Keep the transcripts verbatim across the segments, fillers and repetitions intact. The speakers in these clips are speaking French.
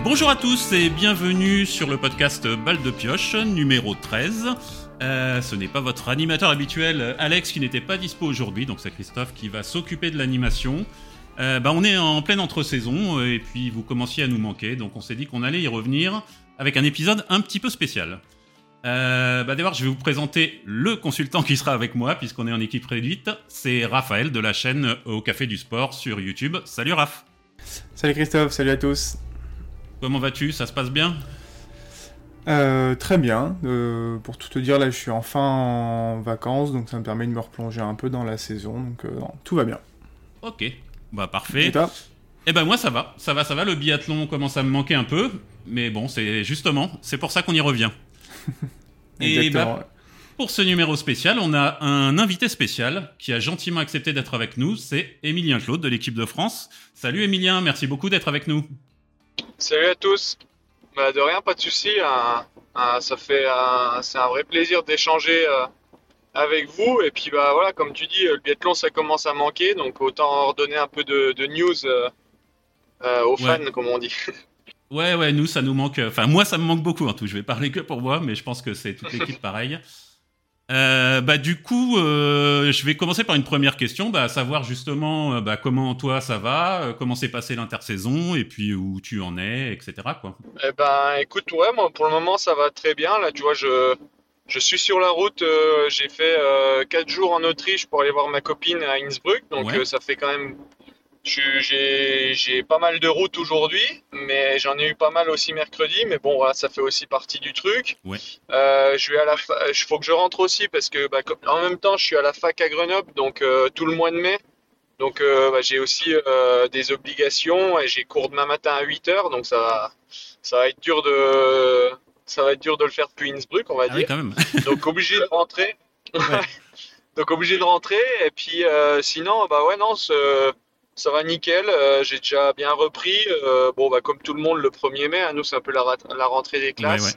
Bonjour à tous et bienvenue sur le podcast Balle de Pioche numéro treize. Euh, ce n'est pas votre animateur habituel Alex qui n'était pas dispo aujourd'hui, donc c'est Christophe qui va s'occuper de l'animation. Euh, bah on est en pleine entre-saison et puis vous commenciez à nous manquer, donc on s'est dit qu'on allait y revenir avec un épisode un petit peu spécial. Euh, bah d'abord je vais vous présenter le consultant qui sera avec moi puisqu'on est en équipe réduite. C'est Raphaël de la chaîne Au Café du Sport sur YouTube. Salut Raph. Salut Christophe, salut à tous. Comment vas-tu ? Ça se passe bien ? euh, Très bien. Euh, pour tout te dire, là, je suis enfin en vacances, donc ça me permet de me replonger un peu dans la saison. Donc, euh, non, tout va bien. Ok, bah parfait. Et toi ? Eh ben moi ça va, ça va, ça va. Le biathlon commence à me manquer un peu, mais bon, c'est justement, c'est pour ça qu'on y revient. Et Exactement. bah, pour ce numéro spécial, on a un invité spécial qui a gentiment accepté d'être avec nous. C'est Émilien Claude de l'équipe de France. Salut Émilien, merci beaucoup d'être avec nous. Salut à tous. Bah, de rien, pas de souci. Un- un- ça fait un- c'est un vrai plaisir d'échanger euh, avec vous. Et puis bah voilà, comme tu dis, euh, le biathlon ça commence à manquer, donc autant redonner un peu de, de news euh, euh, aux fans, Ouais. comme on dit. Ouais, ouais, nous ça nous manque. Enfin, moi ça me manque beaucoup en tout. Je vais parler que pour moi, mais je pense que c'est toute l'équipe pareil. Euh, bah du coup, euh, je vais commencer par une première question, bah, à savoir justement euh, bah, comment toi ça va, euh, comment s'est passée l'intersaison et puis où tu en es, et cetera quoi. Eh ben, écoute, ouais, moi pour le moment ça va très bien. Là, tu vois, je je suis sur la route. euh, j'ai fait euh, quatre jours en Autriche pour aller voir ma copine à Innsbruck, donc Ouais. euh, ça fait quand même. Je suis- J'ai j'ai pas mal de routes aujourd'hui, mais j'en ai eu pas mal aussi mercredi. Mais bon, voilà, ça fait aussi partie du truc. Ouais. Euh, je vais à la fa- il faut que je rentre aussi parce que bah, comme- en même temps, je suis à la fac à Grenoble, donc euh, tout le mois de mai. Donc euh, bah, j'ai aussi euh, des obligations et j'ai cours demain matin à huit heures, donc ça va, ça va être dur de, ça va être dur de le faire depuis Innsbruck, on va Ah oui dire. quand même. Donc obligé de rentrer. Ouais. Donc obligé de rentrer et puis euh, sinon bah ouais non ce- ça va nickel. Euh, j'ai déjà bien repris. Euh, bon bah comme tout le monde le premier mai, hein, nous c'est un peu la, rat- la rentrée des Ouais, ouais. classes.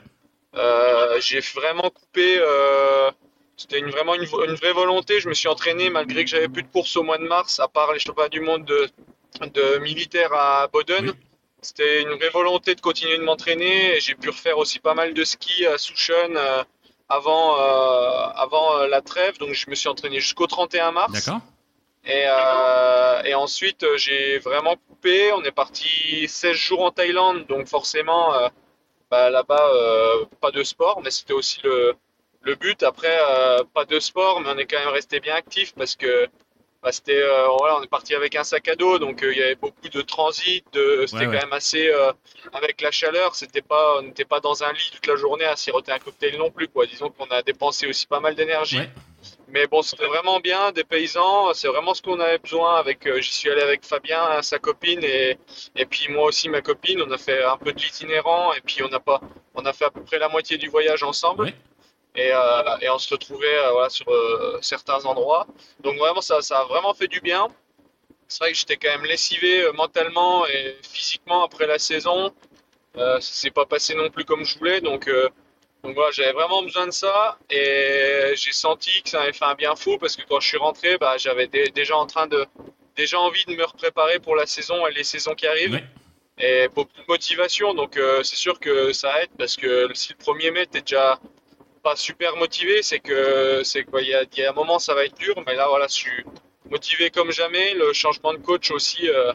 Euh, j'ai vraiment coupé. Euh, c'était une, vraiment une, une vraie volonté. Je me suis entraîné malgré que j'avais plus de courses au mois de mars, à part les championnats du monde de, de militaire à Boden. Oui. C'était une vraie volonté de continuer de m'entraîner. Et j'ai pu refaire aussi pas mal de ski à Souchon euh, avant, euh, avant euh, la trêve. Donc je me suis entraîné jusqu'au trente et un mars. D'accord. Et, euh, et ensuite, euh, j'ai vraiment coupé. On est parti seize jours en Thaïlande. Donc forcément, euh, bah, là-bas, euh, pas de sport. Mais c'était aussi le, le but. Après, euh, pas de sport, mais on est quand même resté bien actif parce que bah, c'était, euh, voilà, on est parti avec un sac à dos. Donc euh, il y avait beaucoup de transit. De, c'était Ouais, ouais. quand même assez... euh, avec la chaleur, c'était pas, on n'était pas dans un lit toute la journée à siroter un cocktail non plus, quoi. Disons qu'on a dépensé aussi pas mal d'énergie. Ouais. Mais bon, c'était vraiment bien, des paysans, c'est vraiment ce qu'on avait besoin. Avec, euh, j'y suis allé avec Fabien, hein, sa copine, et, et puis moi aussi ma copine. On a fait un peu de l'itinérant, et puis on a pas, on a fait à peu près la moitié du voyage ensemble, Ouais. et, euh, et on se retrouvait euh, voilà, sur euh, certains endroits. Donc vraiment, ça, ça a vraiment fait du bien. C'est vrai que j'étais quand même lessivé euh, mentalement et physiquement après la saison. Euh, ça s'est pas passé non plus comme je voulais, donc. Euh, donc voilà, j'avais vraiment besoin de ça et j'ai senti que ça m'avait fait un bien fou parce que quand je suis rentré, bah, j'avais dé- déjà en train de déjà envie de me préparer pour la saison et les saisons qui arrivent Ouais. et beaucoup de motivation. Donc euh, c'est sûr que ça aide parce que si le premier mai t'es déjà pas super motivé, c'est que c'est quoi, il y a, il y a un moment ça va être dur, mais là voilà, je suis motivé comme jamais. Le changement de coach aussi euh,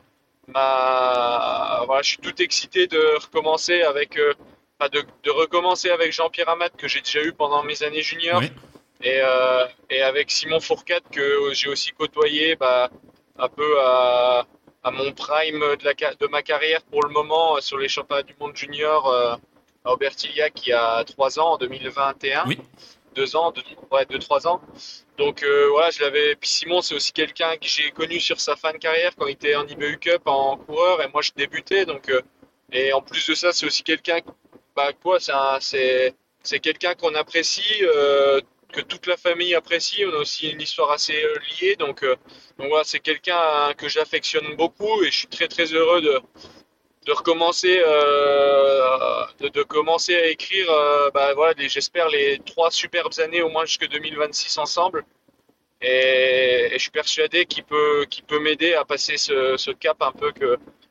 m'a voilà, je suis tout excité de recommencer avec euh, enfin, de, de recommencer avec Jean-Pierre Amat que j'ai déjà eu pendant mes années juniors Ouais. et, euh, et avec Simon Fourcade que j'ai aussi côtoyé bah, un peu à, à mon prime de, la, ca- de ma carrière pour le moment euh, sur les championnats du monde junior euh, à Aubertillac il y a trois ans, en deux mille vingt et un, Oui. deux ans, deux, ouais, deux, trois ans. Donc euh, voilà, je l'avais. Puis Simon, c'est aussi quelqu'un que j'ai connu sur sa fin de carrière quand il était en I B U Cup en coureur et moi je débutais. Donc euh, et en plus de ça, c'est aussi quelqu'un, bah quoi, c'est un- c'est c'est quelqu'un qu'on apprécie, euh, que toute la famille apprécie. On a aussi une histoire assez euh, liée. Donc euh, donc voilà, c'est quelqu'un hein, que j'affectionne beaucoup et je suis très très heureux de de recommencer, euh, de, de commencer à écrire, euh, bah, voilà, les- j'espère les trois superbes années au moins jusque deux mille vingt-six ensemble. Et, et je suis persuadé qu'il peut, qu'il peut m'aider à passer ce, ce cap un peu que,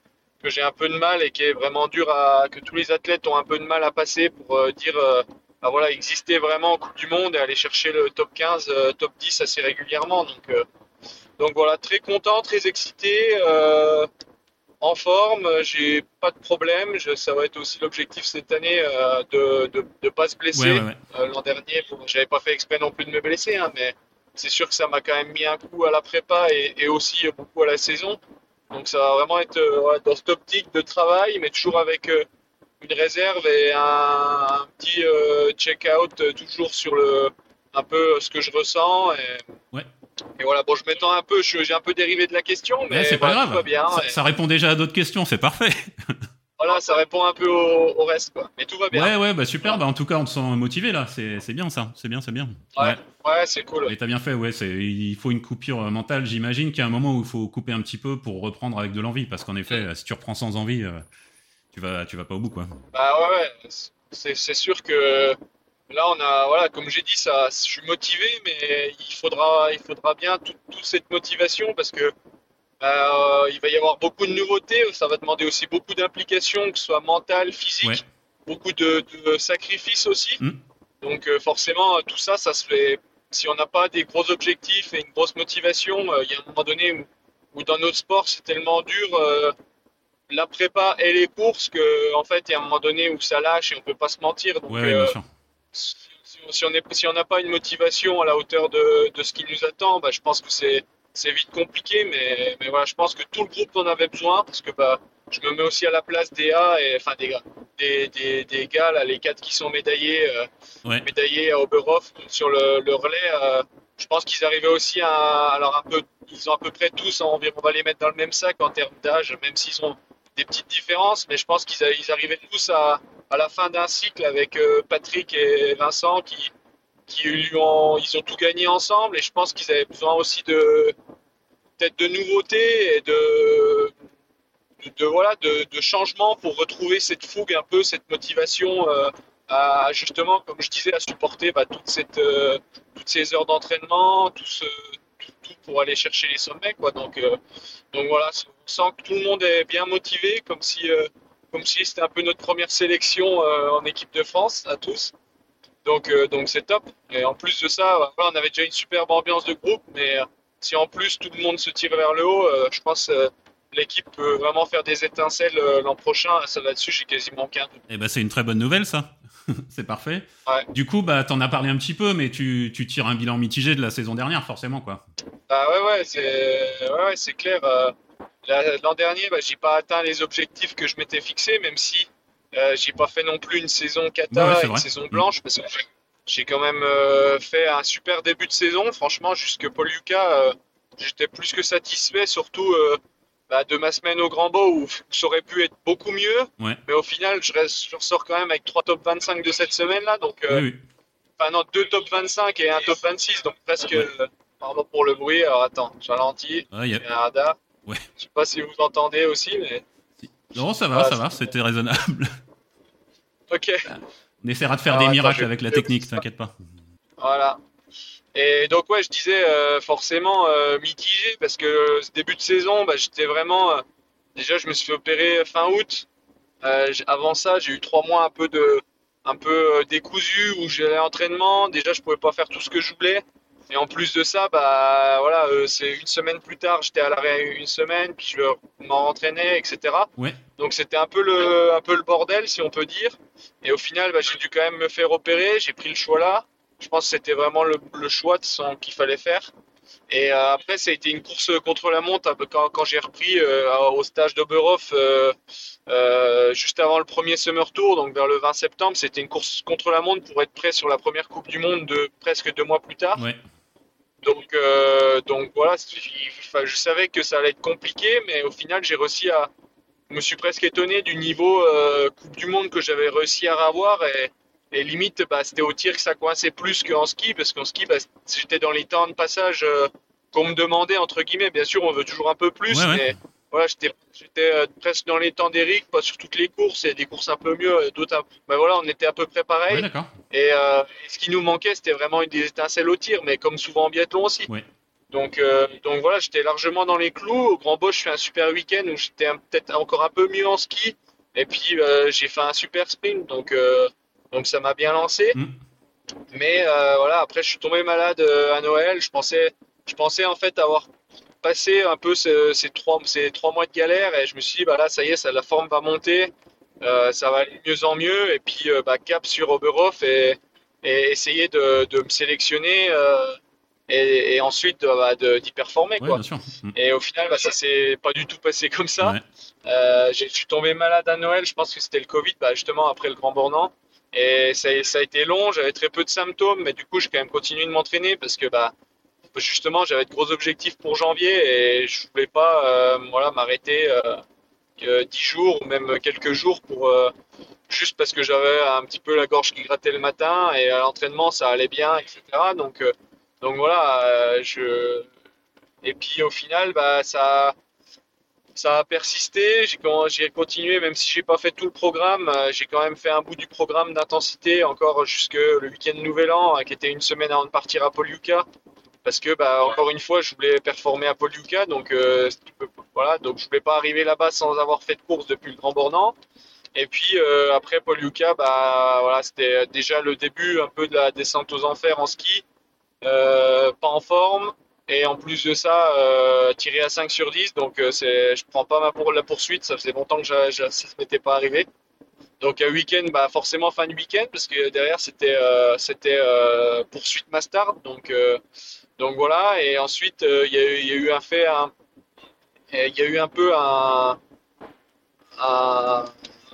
que j'ai un peu de mal et qui est vraiment dur à, que tous les athlètes ont un peu de mal à passer pour euh, dire, euh, bah voilà, exister vraiment en Coupe du Monde et aller chercher le top quinze, euh, top dix assez régulièrement. Donc, euh, donc voilà, très content, très excité, euh, en forme, j'ai pas de problème. Je, ça va être aussi l'objectif cette année euh, de, de, de pas se Ouais, ouais, blesser. ouais. Euh, l'an dernier, bon, j'avais pas fait exprès non plus de me blesser, hein, mais c'est sûr que ça m'a quand même mis un coup à la prépa et, et aussi beaucoup à la saison. Donc ça va vraiment être euh, ouais, dans cette optique de travail, mais toujours avec euh, une réserve et un, un petit euh, check-out euh, toujours sur le un peu ce que je ressens. Et, Ouais. et voilà, bon, je m'étends un peu, je- j'ai un peu dérivé de la question, Mais mais c'est pas voilà, tout va grave. bien. Ça, Et ça répond déjà à d'autres questions, c'est parfait. voilà, ça répond un peu au, au reste, quoi. Mais tout va bien. Ouais, ouais, bah super. Voilà. Bah en tout cas, on te sent motivé là. C'est, c'est bien ça. C'est bien, c'est bien. Ouais, Ouais. ouais, c'est cool. Et t'as bien fait. Ouais, c'est. Il faut une coupure euh, mentale. J'imagine qu'il y a un moment où il faut couper un petit peu pour reprendre avec de l'envie, parce qu'en effet, euh, si tu reprends sans envie, euh, tu vas, tu vas pas au bout, quoi. Bah ouais, ouais, c'est c'est sûr que là on a voilà, comme j'ai dit ça, je suis motivé, mais il faudra il faudra bien tout- toute cette motivation parce que bah, euh, il va y avoir beaucoup de nouveautés, ça va demander aussi beaucoup d'implication, que ce soit mentale, Ouais. physique, beaucoup de, de sacrifices aussi. Hmm. Donc euh, forcément tout ça, ça se fait si on n'a pas des gros objectifs et une grosse motivation, euh, il y a un moment donné où, où dans notre sport c'est tellement dur. Euh, la prépa et les courses que en fait il y a un moment donné où ça lâche et on peut pas se mentir donc Ouais, ouais, bien euh, sûr. si, si on est si on n'a pas une motivation à la hauteur de, de ce qui nous attend bah, je pense que c'est c'est vite compliqué mais mais voilà je pense que tout le groupe en avait besoin parce que bah je me mets aussi à la place des A et enfin des gars des, des, des gars là les quatre qui sont médaillés euh, Ouais. médaillés à Oberhof sur le, le relais euh, je pense qu'ils arrivaient aussi à alors un peu ils ont à peu près tous environ on va les mettre dans le même sac en termes d'âge même s'ils ont des petites différences, mais je pense qu'ils a- ils arrivaient tous à, à la fin d'un cycle avec euh, Patrick et Vincent qui, qui lui ont, ils ont tout gagné ensemble et je pense qu'ils avaient besoin aussi de peut-être de nouveautés et de, de, de, voilà de, de changements pour retrouver cette fougue un peu, cette motivation euh, à justement, comme je disais, à supporter bah, toute cette, euh, toutes ces heures d'entraînement, tout, ce, tout, tout pour aller chercher les sommets, quoi. Donc, euh, donc voilà, on sent que tout le monde est bien motivé, comme si, euh, comme si c'était un peu notre première sélection euh, en équipe de France à tous. Donc, euh, donc c'est top. Et en plus de ça, voilà, on avait déjà une superbe ambiance de groupe, mais euh, si en plus tout le monde se tire vers le haut, euh, je pense euh, l'équipe peut vraiment faire des étincelles euh, l'an prochain. Ça là-dessus, j'ai quasiment aucun doute. Eh ben, c'est une très bonne nouvelle, ça. C'est parfait. Ouais. Du coup, bah, t'en as parlé un petit peu, mais tu, tu tires un bilan mitigé de la saison dernière, forcément, quoi. Bah ouais, ouais, c'est ouais, ouais, c'est clair. euh, la- L'an dernier, bah, j'ai pas atteint les objectifs que je m'étais fixés, même si euh, j'ai pas fait non plus une saison Ouais, ouais, cata, c'est une vrai. saison Mm. blanche, parce que j'ai j'ai quand même euh, fait un super début de saison. Franchement, jusque Paul Lucas, euh, j'étais plus que satisfait, surtout euh, bah, de ma semaine au Grand Beau où ça aurait pu être beaucoup mieux. Ouais. Mais au final, je, reste, je ressors quand même avec trois top vingt-cinq de cette semaine-là. Donc, Oui, euh, oui. enfin, non, deux top vingt-cinq et un top vingt-six. Donc, presque. Ouais. euh, pardon pour le bruit. Alors, attends, je ralentis. Ouais, y a- Il y a un radar. Ouais. Je sais pas si vous entendez aussi, mais. Non, ça va, Voilà, ça va, c'était raisonnable. Ok. On essaiera de faire Alors, des attends, miracles je vais avec la couper technique, tout ça. t'inquiète pas. Voilà. Et donc, ouais, je disais euh, forcément euh, mitigé parce que ce début de saison, bah, j'étais vraiment. euh, déjà, je me suis fait opérer fin août. Euh, j- avant ça, j'ai eu trois mois un peu de, un peu euh, décousu où j'allais à l'entraînement. Déjà, je pouvais pas faire tout ce que je voulais. Et en plus de ça, bah voilà, euh, c'est une semaine plus tard, j'étais à l'arrêt une semaine, puis je m'en entraînais, et cetera. Ouais. Donc c'était un peu le, un peu le bordel, si on peut dire. Et au final, bah, j'ai dû quand même me faire opérer. J'ai pris le choix là. Je pense que c'était vraiment le, le choix de son- qu'il fallait faire. Et euh, après, ça a été une course contre la montre un peu quand, quand j'ai repris euh, au stage d'Oberhof euh, euh, juste avant le premier Summer Tour, donc vers le vingt septembre. C'était une course contre la montre pour être prêt sur la première Coupe du Monde de presque deux mois plus tard. Ouais. Donc, euh, donc voilà, c'est- il- enfin, je savais que ça allait être compliqué, mais au final, j'ai réussi à. Je me suis presque étonné du niveau euh, Coupe du Monde que j'avais réussi à avoir et, et limite, bah, c'était au tir que ça coinçait plus qu'en ski, parce qu'en ski, bah, j'étais dans les temps de passage euh, qu'on me demandait, entre guillemets. Bien sûr, on veut toujours un peu plus, Ouais, ouais. mais voilà, j'étais j'étais euh, presque dans les temps d'Eric, pas sur toutes les courses, et des courses un peu mieux, euh, d'autres. un- Bah, voilà, on était à peu près pareil. Ouais, d'accord. Et, euh, et ce qui nous manquait, c'était vraiment des étincelles au tir, mais comme souvent en biathlon aussi. Ouais. Donc, euh, donc voilà, j'étais largement dans les clous. Au Grand Bosch, je fais un super week-end où j'étais un- peut-être encore un peu mieux en ski. Et puis, euh, j'ai fait un super sprint. Donc, euh, donc ça m'a bien lancé. Mm. Mais euh, voilà, après, je suis tombé malade euh, à Noël. Je pensais, je pensais en fait avoir passé un peu ce- ces trois, ces trois mois de galère. Et je me suis dit, bah là, ça y est, ça, la forme va monter. Euh, ça va aller de mieux en mieux. Et puis, euh, bah, cap sur Oberhof et, et essayer de, de me sélectionner. euh, et, et ensuite euh, bah, de- d'y performer Ouais, bien quoi. sûr. Mm. Et au final, bah, ça s'est pas du tout passé comme ça. Ouais. Euh, j'ai- je suis tombé malade à Noël, je pense que c'était le Covid, bah, justement après le Grand Bornand. Et ça, a- ça a été long, j'avais très peu de symptômes, mais du coup j'ai quand même continué de m'entraîner parce que bah justement j'avais de gros objectifs pour janvier et je voulais pas euh, voilà m'arrêter euh, que dix jours ou même quelques jours pour euh, juste parce que j'avais un petit peu la gorge qui grattait le matin et à l'entraînement ça allait bien, et cetera. Donc euh, donc voilà, euh, je et puis au final bah ça ça a persisté, j'ai con- j'ai continué même si j'ai pas fait tout le programme, euh, j'ai quand même fait un bout du programme d'intensité encore jusque le week-end Nouvel An euh, qui était une semaine avant de partir à Poliuca parce que bah encore une fois je voulais performer à Poliuca donc euh, tu peux- voilà donc je voulais pas arriver là-bas sans avoir fait de course depuis le Grand Bornand. Et puis euh, après Poliuca, bah voilà, c'était déjà le début un peu de la descente aux enfers en ski, euh, pas en forme. Et en plus de ça, euh, tiré à cinq sur dix, donc euh, c'est, je prends pas ma pour la poursuite, ça faisait longtemps que j'a- j'a- ça ne m'était pas arrivé. Donc un week-end, bah forcément fin de week-end, parce que derrière c'était euh, c'était euh, poursuite Mastard, donc euh, donc voilà. Et ensuite euh, il y, a eu- il y a eu un fait, un- il y a eu un peu un, un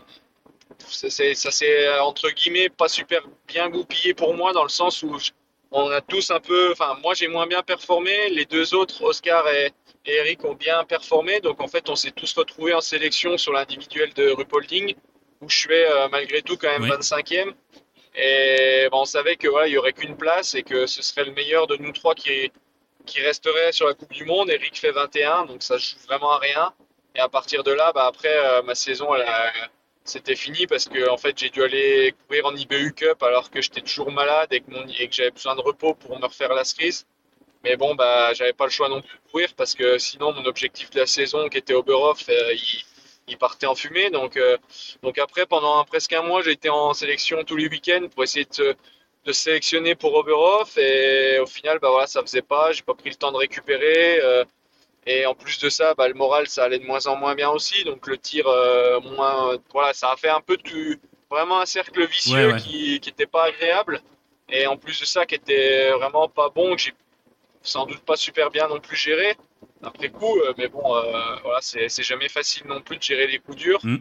ça s'est ça s'est, euh, entre guillemets pas super bien goupillé pour moi dans le sens où je- on a tous un peu, enfin moi j'ai moins bien performé, les deux autres, Oscar et, et Eric, ont bien performé, donc en fait on s'est tous retrouvés en sélection sur l'individuel de Rupolding où je fais euh, malgré tout quand même Oui. vingt-cinquième et bon, on savait que voilà il y aurait qu'une place et que ce serait le meilleur de nous trois qui qui resterait sur la Coupe du Monde. Eric fait vingt et un, donc ça joue vraiment à rien. Et à partir de là, bah après, euh, ma saison, elle a- c'était fini parce que en fait, j'ai dû aller courir en I B U Cup alors que j'étais toujours malade et que, mon- et que j'avais besoin de repos pour me refaire la cerise. Mais bon, bah, j'avais pas le choix non plus de courir parce que sinon, mon objectif de la saison, qui était Oberhof, euh, il, il partait en fumée. Donc, euh, donc après, pendant un- presque un mois, j'ai été en sélection tous les week-ends pour essayer de, se- de se sélectionner pour Oberhof. Et au final, bah voilà, ça faisait pas. J'ai pas pris le temps de récupérer. euh, et en plus de ça, bah, le moral, ça allait de moins en moins bien aussi. Donc le tir, euh, moins, voilà, ça a fait un peu de, vraiment un cercle Ouais, vicieux ouais. qui, qui était pas agréable. Et en plus de ça, qui était vraiment pas bon, que j'ai sans doute pas super bien non plus géré après coup, euh, mais bon, euh, voilà, c'est c'est jamais facile non plus de gérer les coups durs. Mm.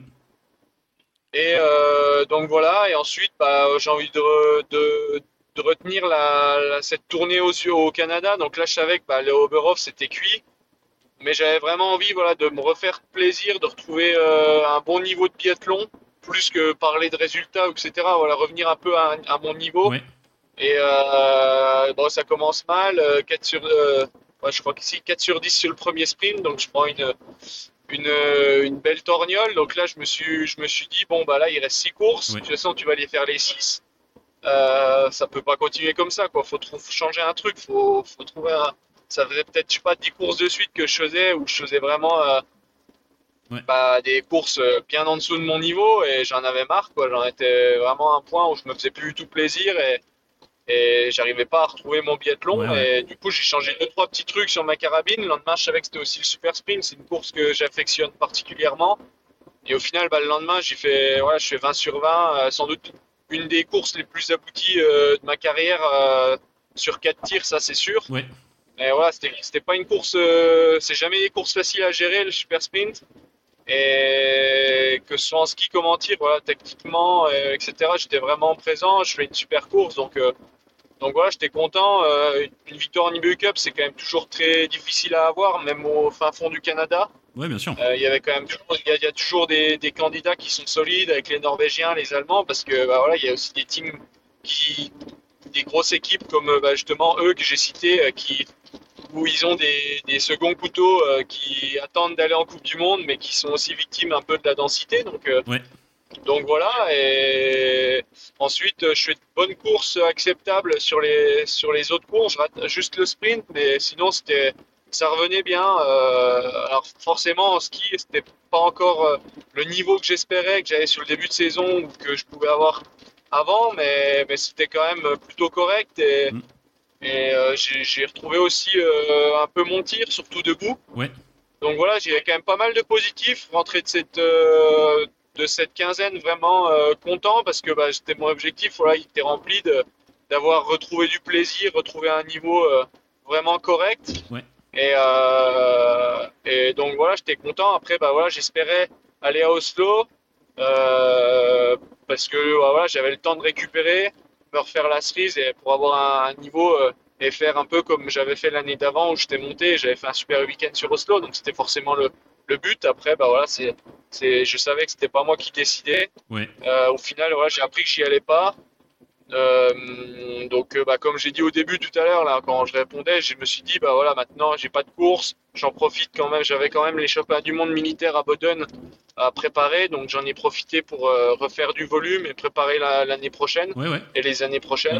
Et euh, donc voilà, et ensuite, bah, j'ai envie de, re- de, de retenir la, la- cette tournée au, au Canada. Donc là, je savais que bah, le Oberhof, c'était cuit, mais j'avais vraiment envie voilà, de me refaire plaisir, de retrouver euh, un bon niveau de biathlon, plus que parler de résultats, et cetera. Voilà, revenir un peu à, à mon niveau. Ouais. Et euh, bon, ça commence mal. euh, quatre sur, euh, ouais, je crois qu'ici quatre sur dix sur le premier sprint. Donc je prends une, une, une belle torgnole. Donc là, je me suis, je me suis dit, bon, bah là, il reste six courses. Ouais. De toute façon, tu vas les faire les six. Euh, ça peut pas continuer comme ça, quoi. Faut, trou- faut changer un truc. Faut, faut trouver un. Ça faisait peut-être, je sais pas, dix courses de suite que je faisais, où je faisais vraiment euh, Ouais. bah, des courses euh, bien en dessous de mon niveau. Et j'en avais marre, quoi. J'en étais vraiment à un point où je me faisais plus du tout plaisir. Et et j'arrivais pas à retrouver mon biathlon Ouais, ouais. et du coup j'ai changé deux trois petits trucs sur ma carabine. Le lendemain je savais que c'était aussi le super sprint, c'est une course que j'affectionne particulièrement et au final bah, le lendemain j'ai fait ouais, je fais vingt sur vingt, euh, sans doute une des courses les plus abouties euh, de ma carrière euh, sur quatre tirs, ça c'est sûr. Ouais. Et voilà, c'était c'était pas une course euh, c'est jamais des courses faciles à gérer le super sprint et que ce soit en ski comme en tir, voilà, techniquement euh, et cetera. J'étais vraiment présent, je fais une super course donc euh, donc voilà, j'étais content. Euh, une victoire en I B U Cup, c'est quand même toujours très difficile à avoir, même au fin fond du Canada. Ouais, bien sûr. Euh, Il y avait quand même toujours, il y a, il y a toujours des, des candidats qui sont solides avec les Norvégiens, les Allemands, parce que bah, voilà, il y a aussi des teams qui, des grosses équipes comme bah, justement eux que j'ai cités, euh, qui où ils ont des, des seconds couteaux euh, qui attendent d'aller en Coupe du Monde, mais qui sont aussi victimes un peu de la densité. Donc euh, Ouais. Donc voilà, et ensuite je fais de bonnes courses acceptables sur les, sur les autres courses. Je rate juste le sprint, mais sinon c'était, ça revenait bien. Euh, alors forcément en ski, c'était pas encore euh, le niveau que j'espérais, que j'avais sur le début de saison ou que je pouvais avoir avant, mais, mais c'était quand même plutôt correct. Et, Mm. et euh, j'ai, j'ai retrouvé aussi euh, un peu mon tir, surtout debout. Ouais, Donc voilà, j'ai quand même pas mal de positifs, rentré de cette euh, de cette quinzaine vraiment euh, content parce que bah, c'était mon objectif, voilà, il était rempli de d'avoir retrouvé du plaisir, retrouvé un niveau euh, vraiment correct. ouais. Et euh, et donc voilà, j'étais content. Après bah voilà, j'espérais aller à Oslo euh, parce que bah, voilà, j'avais le temps de récupérer, me refaire la cerise et pour avoir un, un niveau euh, et faire un peu comme j'avais fait l'année d'avant où j'étais monté, et j'avais fait un super week-end sur Oslo, donc c'était forcément le, le but. Après, bah voilà, c'est, c'est, je savais que c'était pas moi qui décidais. Ouais. Euh, au final, voilà, j'ai appris que j'y allais pas. Euh, donc, euh, bah, comme j'ai dit au début tout à l'heure, là, quand je répondais, je me suis dit, bah voilà, maintenant, j'ai pas de course, j'en profite quand même. J'avais quand même les championnats du monde militaire à Boden à préparer, donc j'en ai profité pour euh, refaire du volume et préparer la- l'année prochaine Ouais, ouais. et les années prochaines. Mm.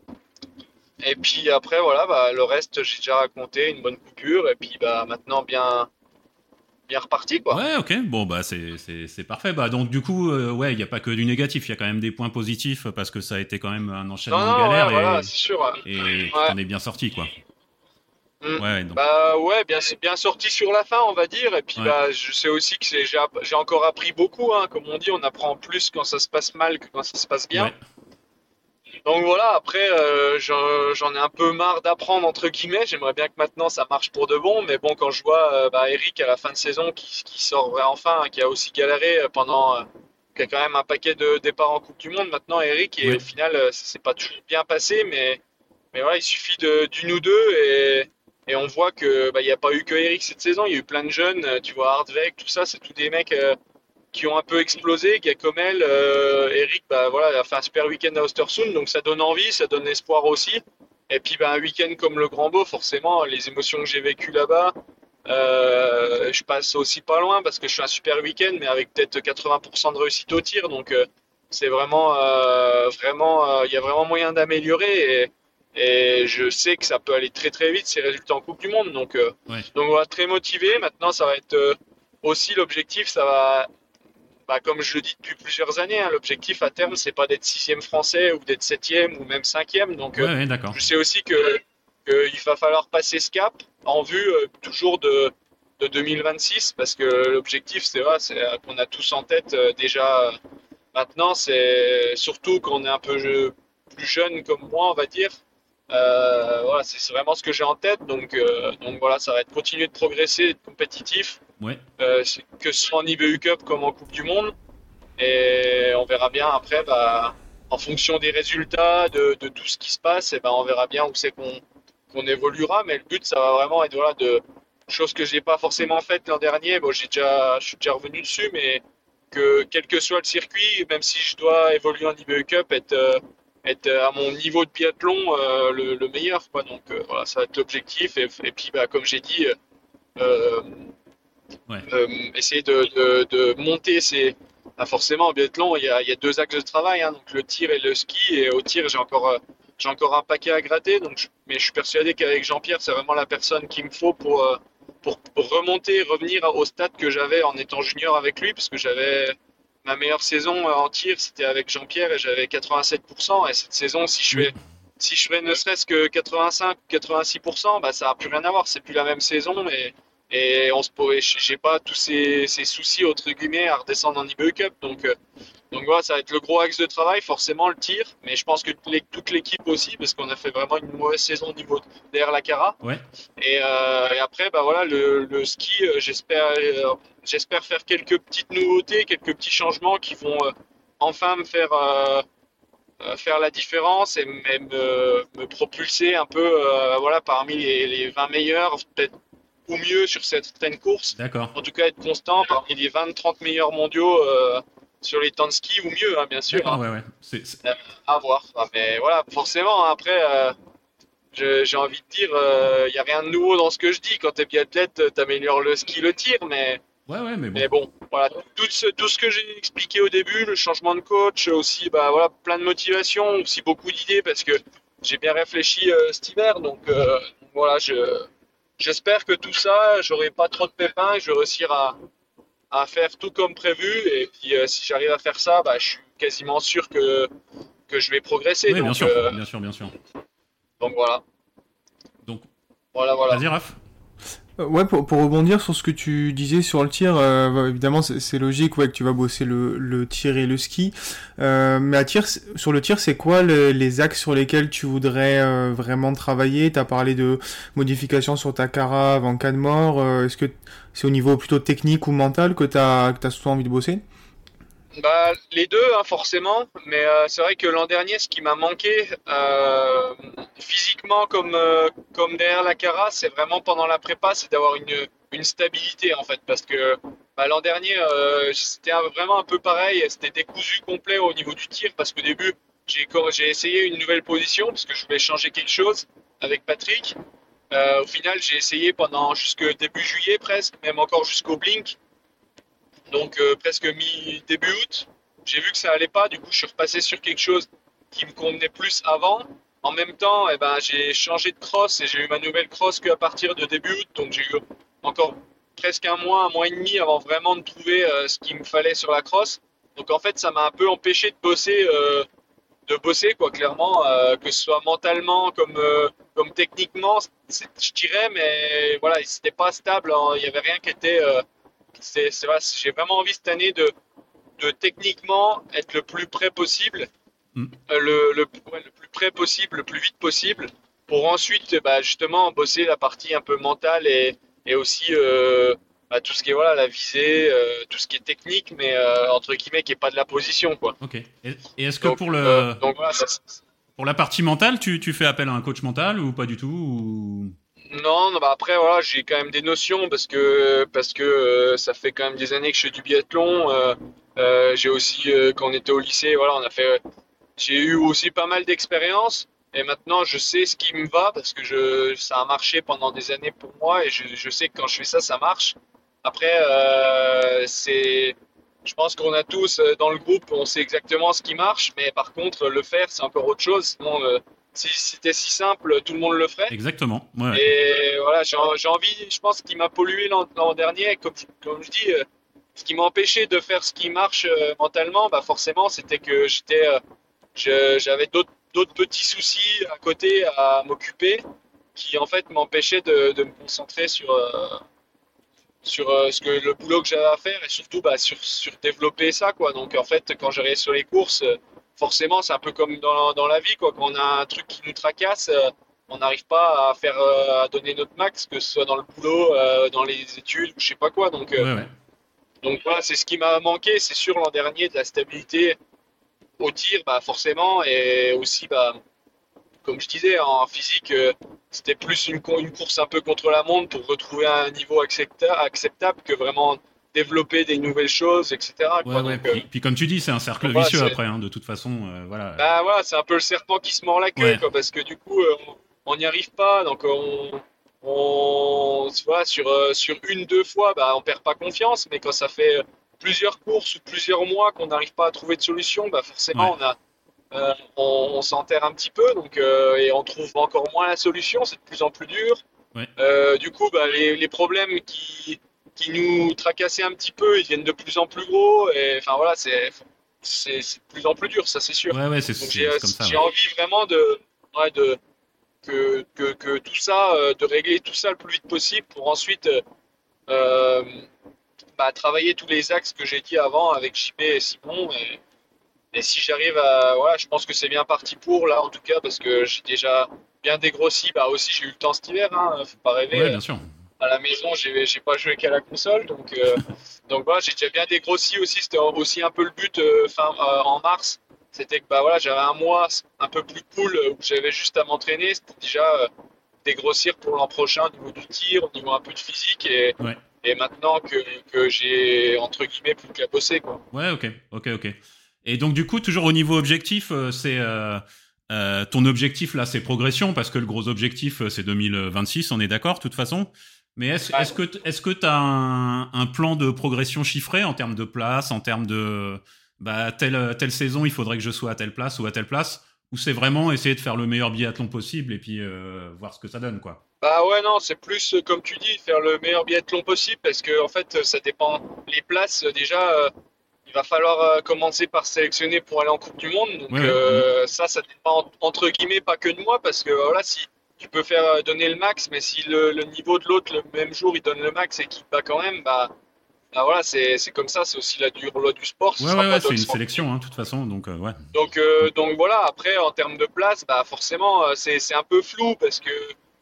Et puis après, voilà, bah, le reste, j'ai déjà raconté, une bonne coupure, et puis bah, maintenant, bien, bien reparti, quoi. Ouais, ok. Bon, bah, c'est, c'est, c'est parfait. Bah, donc, du coup, euh, ouais, il n'y a pas que du négatif. Il y a quand même des points positifs parce que ça a été quand même un Non, enchaînement de non, ouais, galères voilà, et, c'est sûr. Ouais. et tu Ouais. t'en es bien sorti, quoi. Mm. Ouais, donc, Bah ouais, bien, c'est bien sorti sur la fin, on va dire. Et puis ouais. bah, je sais aussi que c'est, j'ai, app- j'ai encore appris beaucoup, hein. Comme on dit, on apprend plus quand ça se passe mal que quand ça se passe bien. Ouais. Donc voilà, après, euh, j'en, j'en ai un peu marre d'apprendre, entre guillemets. J'aimerais bien que maintenant ça marche pour de bon. Mais bon, quand je vois euh, bah, Eric à la fin de saison qui, qui sort vrai enfin, hein, qui a aussi galéré euh, pendant, euh, qui a quand même un paquet de départs en Coupe du Monde maintenant, Eric, et au Ouais. final, euh, ça s'est pas toujours bien passé. Mais, mais voilà, il suffit de, d'une ou deux et, et on voit que bah, il n'y a pas eu que Eric cette saison. Il y a eu plein de jeunes, euh, tu vois, Hardweg, tout ça, c'est tous des mecs. Euh, qui ont un peu explosé. Gacomel, euh, Eric, bah voilà, a fait un super week-end à Östersund, donc ça donne envie, ça donne espoir aussi. Et puis bah, un week-end comme le Grand Beau, forcément, les émotions que j'ai vécues là-bas, euh, je passe aussi pas loin parce que je fais un super week-end, mais avec peut-être quatre-vingts pour cent de réussite au tir, donc euh, c'est vraiment, euh, vraiment, il euh, y a vraiment moyen d'améliorer et, et je sais que ça peut aller très très vite ces résultats en Coupe du Monde, donc euh, Ouais. donc voilà, très motivé. Maintenant, ça va être euh, aussi l'objectif, ça va bah, comme je le dis depuis plusieurs années, hein, l'objectif à terme, c'est pas d'être sixième français ou d'être septième ou même cinquième. Donc, Ouais, euh, ouais, d'accord. je sais aussi que qu'il va falloir passer ce cap en vue euh, toujours de, de deux mille vingt-six, parce que l'objectif, c'est vrai, c'est euh, qu'on a tous en tête euh, déjà euh, maintenant. C'est surtout qu'on est un peu je- plus jeune comme moi, on va dire. Euh, voilà, c'est c'est vraiment ce que j'ai en tête. Donc, euh, donc voilà, ça va être continuer de progresser, être compétitif, Ouais. euh, que ce soit en I B U Cup comme en Coupe du Monde. Et on verra bien après, bah, en fonction des résultats, de, de tout ce qui se passe, et ben on verra bien où c'est qu'on qu'on évoluera. Mais le but, ça va vraiment être voilà, de choses que j'ai pas forcément faites l'an dernier. Bon, j'ai déjà, je suis déjà revenu dessus, mais que quel que soit le circuit, même si je dois évoluer en I B U Cup, être, euh, être à mon niveau de biathlon euh, le, le meilleur, quoi. Donc euh, voilà, ça va être l'objectif. Et, et puis, bah, comme j'ai dit, euh, Ouais. euh, essayer de, de, de monter ces. Ah, forcément, en biathlon, il y, a, il y a deux axes de travail, hein, donc le tir et le ski. Et au tir, j'ai encore, euh, j'ai encore un paquet à gratter. Donc, je- mais je suis persuadé qu'avec Jean-Pierre, c'est vraiment la personne qu'il me faut pour, euh, pour, pour remonter, revenir au stade que j'avais en étant junior avec lui, parce que j'avais ma meilleure saison euh, en tir, c'était avec Jean-Pierre et j'avais quatre-vingt-sept pour cent. Et cette saison, si je Oui. fais, si je fais ne serait-ce que quatre-vingt-cinq, quatre-vingt-six pour cent, bah, ça n'a plus rien à voir. C'est plus la même saison. Et, et on se pourrait, j'ai pas tous ces, ces soucis entre guillemets à redescendre en I B U Cup, donc euh, donc voilà, ça va être le gros axe de travail, forcément le tir, mais je pense que toute l'é- toute l'équipe aussi, parce qu'on a fait vraiment une mauvaise saison au niveau derrière la Cara. Ouais. Et, euh, et après, bah voilà, le, le ski, euh, j'espère, euh, j'espère faire quelques petites nouveautés, quelques petits changements qui vont euh, enfin me faire euh, euh, faire la différence et m- et me, me propulser un peu, euh, voilà, parmi les, les vingt meilleurs, peut-être ou mieux sur certaines courses. D'accord. En tout cas, être constant parmi les vingt trente meilleurs mondiaux euh, sur les temps de ski ou mieux, hein, bien sûr. D'accord, Hein, ouais, ouais. C'est, c'est- à voir. Ah, mais voilà, forcément, hein, après, euh, je- j'ai envie de dire, il n'y a rien de nouveau dans ce que je dis. Quand tu es biathlète, tu améliores le ski, le tir, mais, Ouais, ouais, mais bon. Mais bon, voilà, tout ce, tout ce que j'ai expliqué au début, le changement de coach, aussi, bah voilà, plein de motivation, aussi beaucoup d'idées parce que j'ai bien réfléchi euh, cet hiver. Donc euh, voilà, je, j'espère que tout ça, j'aurai pas trop de pépins et je vais réussir à, à faire tout comme prévu. Et puis euh, si j'arrive à faire ça, bah, je suis quasiment sûr que, que je vais progresser. Oui, bien Donc, sûr, euh, bien sûr, bien sûr. donc voilà, Donc, voilà, voilà. vas-y, Raph. Euh, Ouais, pour, pour rebondir sur ce que tu disais sur le tir, euh, bah, évidemment c'est c'est logique ouais, que tu vas bosser le, le tir et le ski. Euh, mais à tir, c'est- sur le tir, c'est quoi le- les axes sur lesquels tu voudrais euh, vraiment travailler? T'as parlé de modifications sur ta carafe en cas de mort. Euh, est-ce que c'est au niveau plutôt technique ou mental que t'as que t'as souvent envie de bosser? Bah, les deux, hein, forcément, mais euh, c'est vrai que l'an dernier, ce qui m'a manqué euh, physiquement comme, euh, comme derrière la Cara, c'est vraiment pendant la prépa, c'est d'avoir une, une stabilité en fait, parce que bah, l'an dernier, euh, c'était un- vraiment un peu pareil, c'était décousu complet au niveau du tir, parce qu'au début, j'ai co- j'ai essayé une nouvelle position, parce que je voulais changer quelque chose avec Patrick. Euh, au final, j'ai essayé pendant jusque début juillet presque, même encore jusqu'au Blink. Donc euh, presque mi début août. J'ai vu que ça allait pas, du coup je suis repassé sur quelque chose qui me convenait plus avant. En même temps, eh ben, j'ai changé de cross et j'ai eu ma nouvelle cross qu'à partir de début août, donc j'ai eu encore presque un mois, un mois et demi avant vraiment de trouver euh, ce qu'il me fallait sur la cross. Donc en fait, ça m'a un peu empêché de bosser, euh, de bosser quoi, clairement, euh, que ce soit mentalement comme euh, comme techniquement, c'est- je dirais, mais voilà, c'était pas stable, hein. Il y avait rien qui était euh, c'est, c'est vrai, j'ai vraiment envie cette année de, de techniquement être le plus près possible, Mm. euh, le, le, ouais, le plus près possible, le plus vite possible, pour ensuite bah, justement bosser la partie un peu mentale et, et aussi euh, bah, tout ce qui est voilà, la visée, euh, tout ce qui est technique, mais euh, entre guillemets qui est pas de la position quoi. Ok. Et, et est-ce que Donc, pour euh, le donc voilà, ça, pour la partie mentale, tu, tu fais appel à un coach mental ou pas du tout ou... non, non, bah après voilà, j'ai quand même des notions parce que parce que euh, ça fait quand même des années que je fais du biathlon. Euh, euh, j'ai aussi euh, quand on était au lycée, voilà, on a fait. J'ai eu aussi pas mal d'expérience et maintenant je sais ce qui me va parce que je ça a marché pendant des années pour moi et je, je sais que quand je fais ça, ça marche. Après, euh, c'est, je pense qu'on a tous euh, dans le groupe, on sait exactement ce qui marche, mais par contre le faire, c'est encore autre chose. Sinon, euh, si c'était si simple, tout le monde le ferait. Exactement. Ouais. Ouais. Et voilà, j'ai j'ai envie, je pense, ce qui m'a pollué l'an l'an dernier, comme, comme je dis, euh, ce qui m'a empêché de faire ce qui marche euh, mentalement, bah forcément, c'était que j'étais, euh, je- j'avais d'autres d'autres petits soucis à côté à m'occuper, qui en fait m'empêchaient de, de me concentrer sur euh, sur euh, ce que le boulot que j'avais à faire et surtout bah, sur sur développer ça quoi. Donc en fait, quand j'arrive sur les courses, euh, forcément, c'est un peu comme dans, dans la vie quoi. Quand on a un truc qui nous tracasse. Euh, on n'arrive pas à faire euh, à donner notre max, que ce soit dans le boulot, euh, dans les études, ou je sais pas quoi. Donc, euh, Ouais, ouais. donc voilà, c'est ce qui m'a manqué, c'est sûr l'an dernier de la stabilité au tir, bah forcément, et aussi bah comme je disais en physique, euh, c'était plus une, co- une course un peu contre la montre pour retrouver un niveau accepta- acceptable que vraiment développer des nouvelles choses, et cetera Ouais, quoi. ouais. Donc, euh, Puis, puis comme tu dis, c'est un cercle donc voilà, vicieux c'est après, hein, de toute façon. Euh, voilà. bah voilà, c'est un peu le serpent qui se mord la queue, Ouais. quoi, parce que du coup, euh, on n'y arrive pas, donc on, on, voilà, sur, euh, sur une, deux fois, bah, on perd pas confiance, mais quand ça fait plusieurs courses ou plusieurs mois qu'on n'arrive pas à trouver de solution, bah Ouais. forcément, on a, euh, on, on s'enterre un petit peu, donc, euh, et on trouve encore moins la solution, c'est de plus en plus dur. Ouais. Euh, du coup, bah, les, les problèmes qui, qui nous tracassaient un petit peu, ils deviennent de plus en plus gros, et enfin voilà, c'est c'est c'est de plus en plus dur, ça c'est sûr. Ouais, ouais, c'est Donc c'est- j'ai c'est comme ça. j'ai Ouais. envie vraiment de, ouais, de que, que, que tout ça, euh, de régler tout ça le plus vite possible pour ensuite euh, euh, bah, travailler tous les axes que j'ai dit avant avec J P et Simon. Et, et si j'arrive à, voilà, je pense que c'est bien parti pour là en tout cas parce que j'ai déjà bien dégrossi. Bah aussi j'ai eu le temps cet hiver, hein, faut pas rêver. Ouais, euh, bien sûr. À la maison, j'ai j'ai pas joué qu'à la console, donc euh, donc voilà, j'ai déjà bien dégrossi aussi. C'était aussi un peu le but euh, fin euh, en mars, c'était que bah voilà, j'avais un mois un peu plus cool euh, où j'avais juste à m'entraîner, c'était déjà euh, dégrossir pour l'an prochain au niveau du tir, au niveau un peu de physique et Ouais. et maintenant que que j'ai entre guillemets plus qu'à bosser quoi. Ouais, ok, ok, ok. Et donc du coup, toujours au niveau objectif, euh, c'est euh, euh, ton objectif là, c'est progression parce que le gros objectif euh, c'est deux mille vingt-six, on est d'accord, de toute façon. Mais est-ce, Ouais. est-ce que, est-ce que t'as un, un plan de progression chiffré en termes de place, en termes de, bah, telle, telle saison, il faudrait que je sois à telle place ou à telle place, ou c'est vraiment essayer de faire le meilleur biathlon possible et puis euh, voir ce que ça donne, quoi. Bah ouais, non, c'est plus, euh, comme tu dis, faire le meilleur biathlon possible parce que, en fait, euh, ça dépend. Les places, euh, déjà, euh, il va falloir euh, commencer par sélectionner pour aller en Coupe du Monde. Donc, Ouais, ouais. Mm. euh, ça, ça dépend entre guillemets pas que de moi parce que, voilà, si tu peux faire euh, donner le max, mais si le, le niveau de l'autre, le même jour, il donne le max et qu'il bat quand même, bah, bah voilà, c'est c'est comme ça, c'est aussi la dure loi du sport, ce Ouais, sera ouais, pas ouais, c'est une d'Oxford. sélection, hein, de toute façon, donc euh, ouais. Donc, euh, donc voilà, après, en termes de place, bah forcément, euh, c'est c'est un peu flou parce que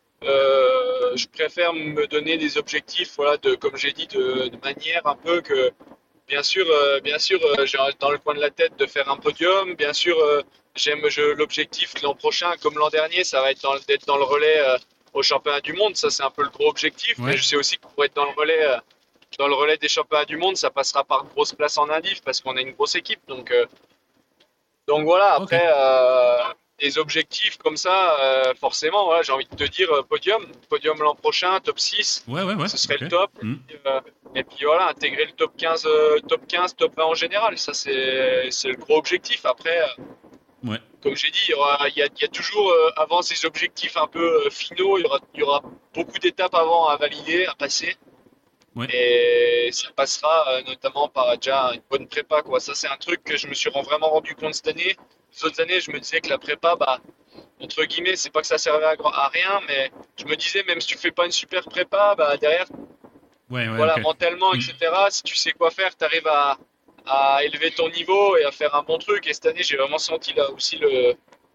euh, je préfère me donner des objectifs, voilà, de, comme j'ai dit, de, de manière un peu que, bien sûr, euh, bien sûr, euh, j'ai dans le coin de la tête de faire un podium. Bien sûr, euh, j'aime je, l'objectif l'an prochain, comme l'an dernier, ça va être dans, le- d'être dans le relais euh, au championnat du monde. Ça, c'est un peu le gros objectif. Mais Ouais, je sais aussi que pour être dans le relais, euh, dans le relais des championnats du monde, ça passera par de grosses places en indiv parce qu'on est une grosse équipe. Donc, euh, donc voilà, ok. après, euh, des objectifs comme ça, euh, forcément, voilà, j'ai envie de te dire euh, podium, podium l'an prochain, top six, Ouais, ouais, ouais, ce serait ok. le top. Mm. Et, euh, et puis voilà, intégrer le top quinze, euh, top quinze, top vingt en général, ça c'est c'est le gros objectif. Après, euh, Ouais, comme j'ai dit, il y aura, il y a, il y a toujours, euh, avant ces objectifs un peu euh, finaux, il y aura, il y aura beaucoup d'étapes avant à valider, à passer. ouais. Et ça passera euh, notamment par déjà une bonne prépa, quoi. Ça, c'est un truc que je me suis vraiment rendu compte cette année. Les autres années, je me disais que la prépa, bah, entre guillemets, c'est pas que ça servait à, gra- à rien, mais je me disais, même si tu fais pas une super prépa, bah, derrière, Ouais, ouais, voilà, ok. mentalement, Mm. et cetera, si tu sais quoi faire, tu arrives à, à élever ton niveau et à faire un bon truc. Et cette année, j'ai vraiment senti là aussi le,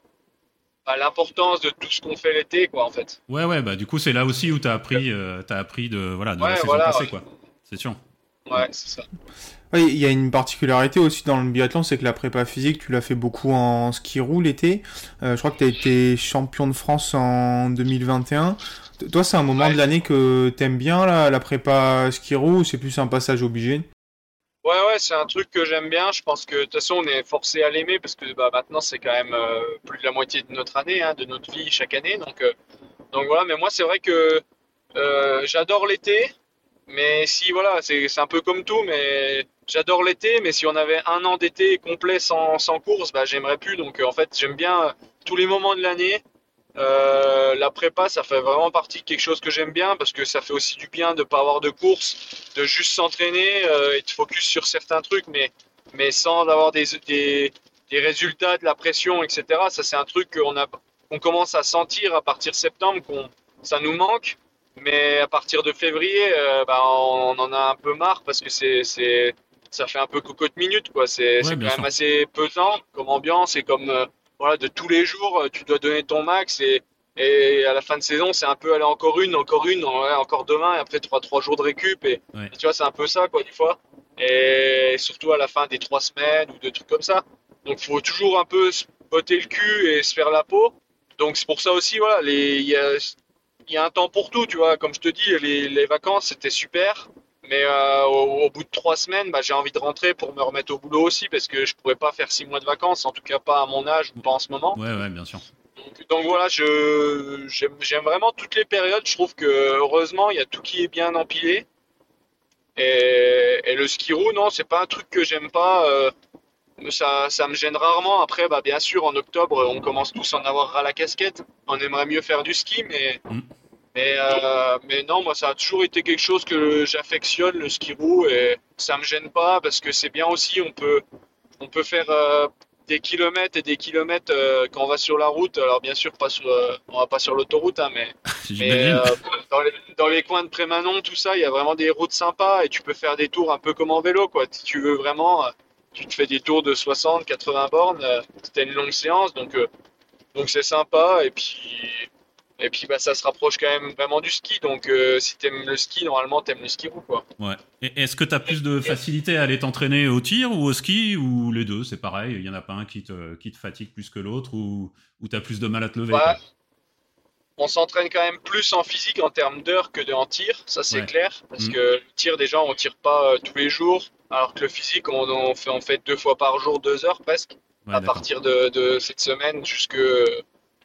bah, l'importance de tout ce qu'on fait l'été, quoi, en fait. Ouais, ouais, bah du coup, c'est là aussi où t'as appris, euh, t'as appris de, voilà, de la Ouais, saison voilà, passée, ouais, quoi. C'est sûr. Mm. ouais, c'est ça. Oui, il y a une particularité aussi dans le biathlon, c'est que la prépa physique, tu l'as fait beaucoup en ski roue l'été. Euh, je crois que tu as été champion de France en deux mille vingt et un. T- Toi, c'est un moment Ouais. de l'année que t'aimes bien, là, la prépa ski roue, ou c'est plus un passage obligé? Ouais, ouais, c'est un truc que j'aime bien. Je pense que de toute façon, on est forcé à l'aimer parce que bah, maintenant, c'est quand même euh, plus de la moitié de notre année, hein, de notre vie chaque année. Donc, euh, donc voilà, mais moi, c'est vrai que euh, j'adore l'été. Mais si, voilà, c'est c'est un peu comme tout, mais j'adore l'été. Mais si on avait un an d'été complet sans, sans course, bah, j'aimerais plus. Donc, euh, en fait, j'aime bien euh, tous les moments de l'année. Euh, la prépa, ça fait vraiment partie de quelque chose que j'aime bien parce que ça fait aussi du bien de pas avoir de course, de juste s'entraîner euh, et de focus sur certains trucs, mais, mais sans avoir des, des, des résultats, de la pression, et cetera. Ça, c'est un truc qu'on a, qu'on commence à sentir à partir de septembre, qu'on, ça nous manque. Mais à partir de février, euh, bah, on, on en a un peu marre parce que c'est, c'est, ça fait un peu cocotte minute, quoi. C'est, Ouais, c'est bien quand même sûr. assez pesant comme ambiance et comme euh, voilà, de tous les jours, euh, tu dois donner ton max et, et à la fin de saison, c'est un peu aller encore une, encore une, ouais, encore demain et après trois, trois jours de récup et, Ouais. et tu vois, c'est un peu ça, quoi, des fois. Et surtout à la fin des trois semaines ou de trucs comme ça. Donc, faut toujours un peu se botter le cul et se faire la peau. Donc, c'est pour ça aussi, voilà, les, il y a, il y a un temps pour tout, tu vois. Comme je te dis, les, les vacances, c'était super. Mais euh, au, au bout de trois semaines, bah, j'ai envie de rentrer pour me remettre au boulot aussi parce que je pourrais pas faire six mois de vacances, en tout cas pas à mon âge ou pas en ce moment. Ouais, ouais, bien sûr. Donc, donc voilà, je j'aime j'aime vraiment toutes les périodes. Je trouve que heureusement, il y a tout qui est bien empilé. Et, et le ski roue, non, c'est pas un truc que j'aime pas. euh, ça, ça me gêne rarement. Après, bah, bien sûr, en octobre, on commence tous à en avoir ras la casquette. On aimerait mieux faire du ski, mais Mm. mais, euh, mais non, moi, ça a toujours été quelque chose que j'affectionne, le ski roue, et ça me gêne pas parce que c'est bien aussi. On peut, on peut faire euh, des kilomètres et des kilomètres euh, quand on va sur la route. Alors, bien sûr, pas sur, euh, on va pas sur l'autoroute, hein, mais, mais J'imagine. euh, dans les, dans les coins de Prémanon, tout ça, il y a vraiment des routes sympas et tu peux faire des tours un peu comme en vélo, quoi. Si tu veux vraiment, euh, tu te fais des tours de soixante, quatre-vingts bornes. Euh, c'était une longue séance, donc euh, donc c'est sympa. Et puis et puis bah, ça se rapproche quand même vraiment du ski. Donc euh, si t'aimes le ski, normalement t'aimes le ski roue, quoi. Ouais. Et est-ce que t'as plus de facilité à aller t'entraîner au tir ou au ski ou les deux, c'est pareil, il y en a pas un qui te, qui te fatigue plus que l'autre ou, ou t'as plus de mal à te lever, Ouais, quoi. on s'entraîne quand même plus en physique en termes d'heures que de, en tir, ça c'est Ouais. clair. Parce Mm. que le tir, déjà, on tire pas euh, tous les jours. Alors que le physique, on, on fait, on fait deux fois par jour, deux heures presque. Ouais, À d'accord. partir de, de cette semaine jusque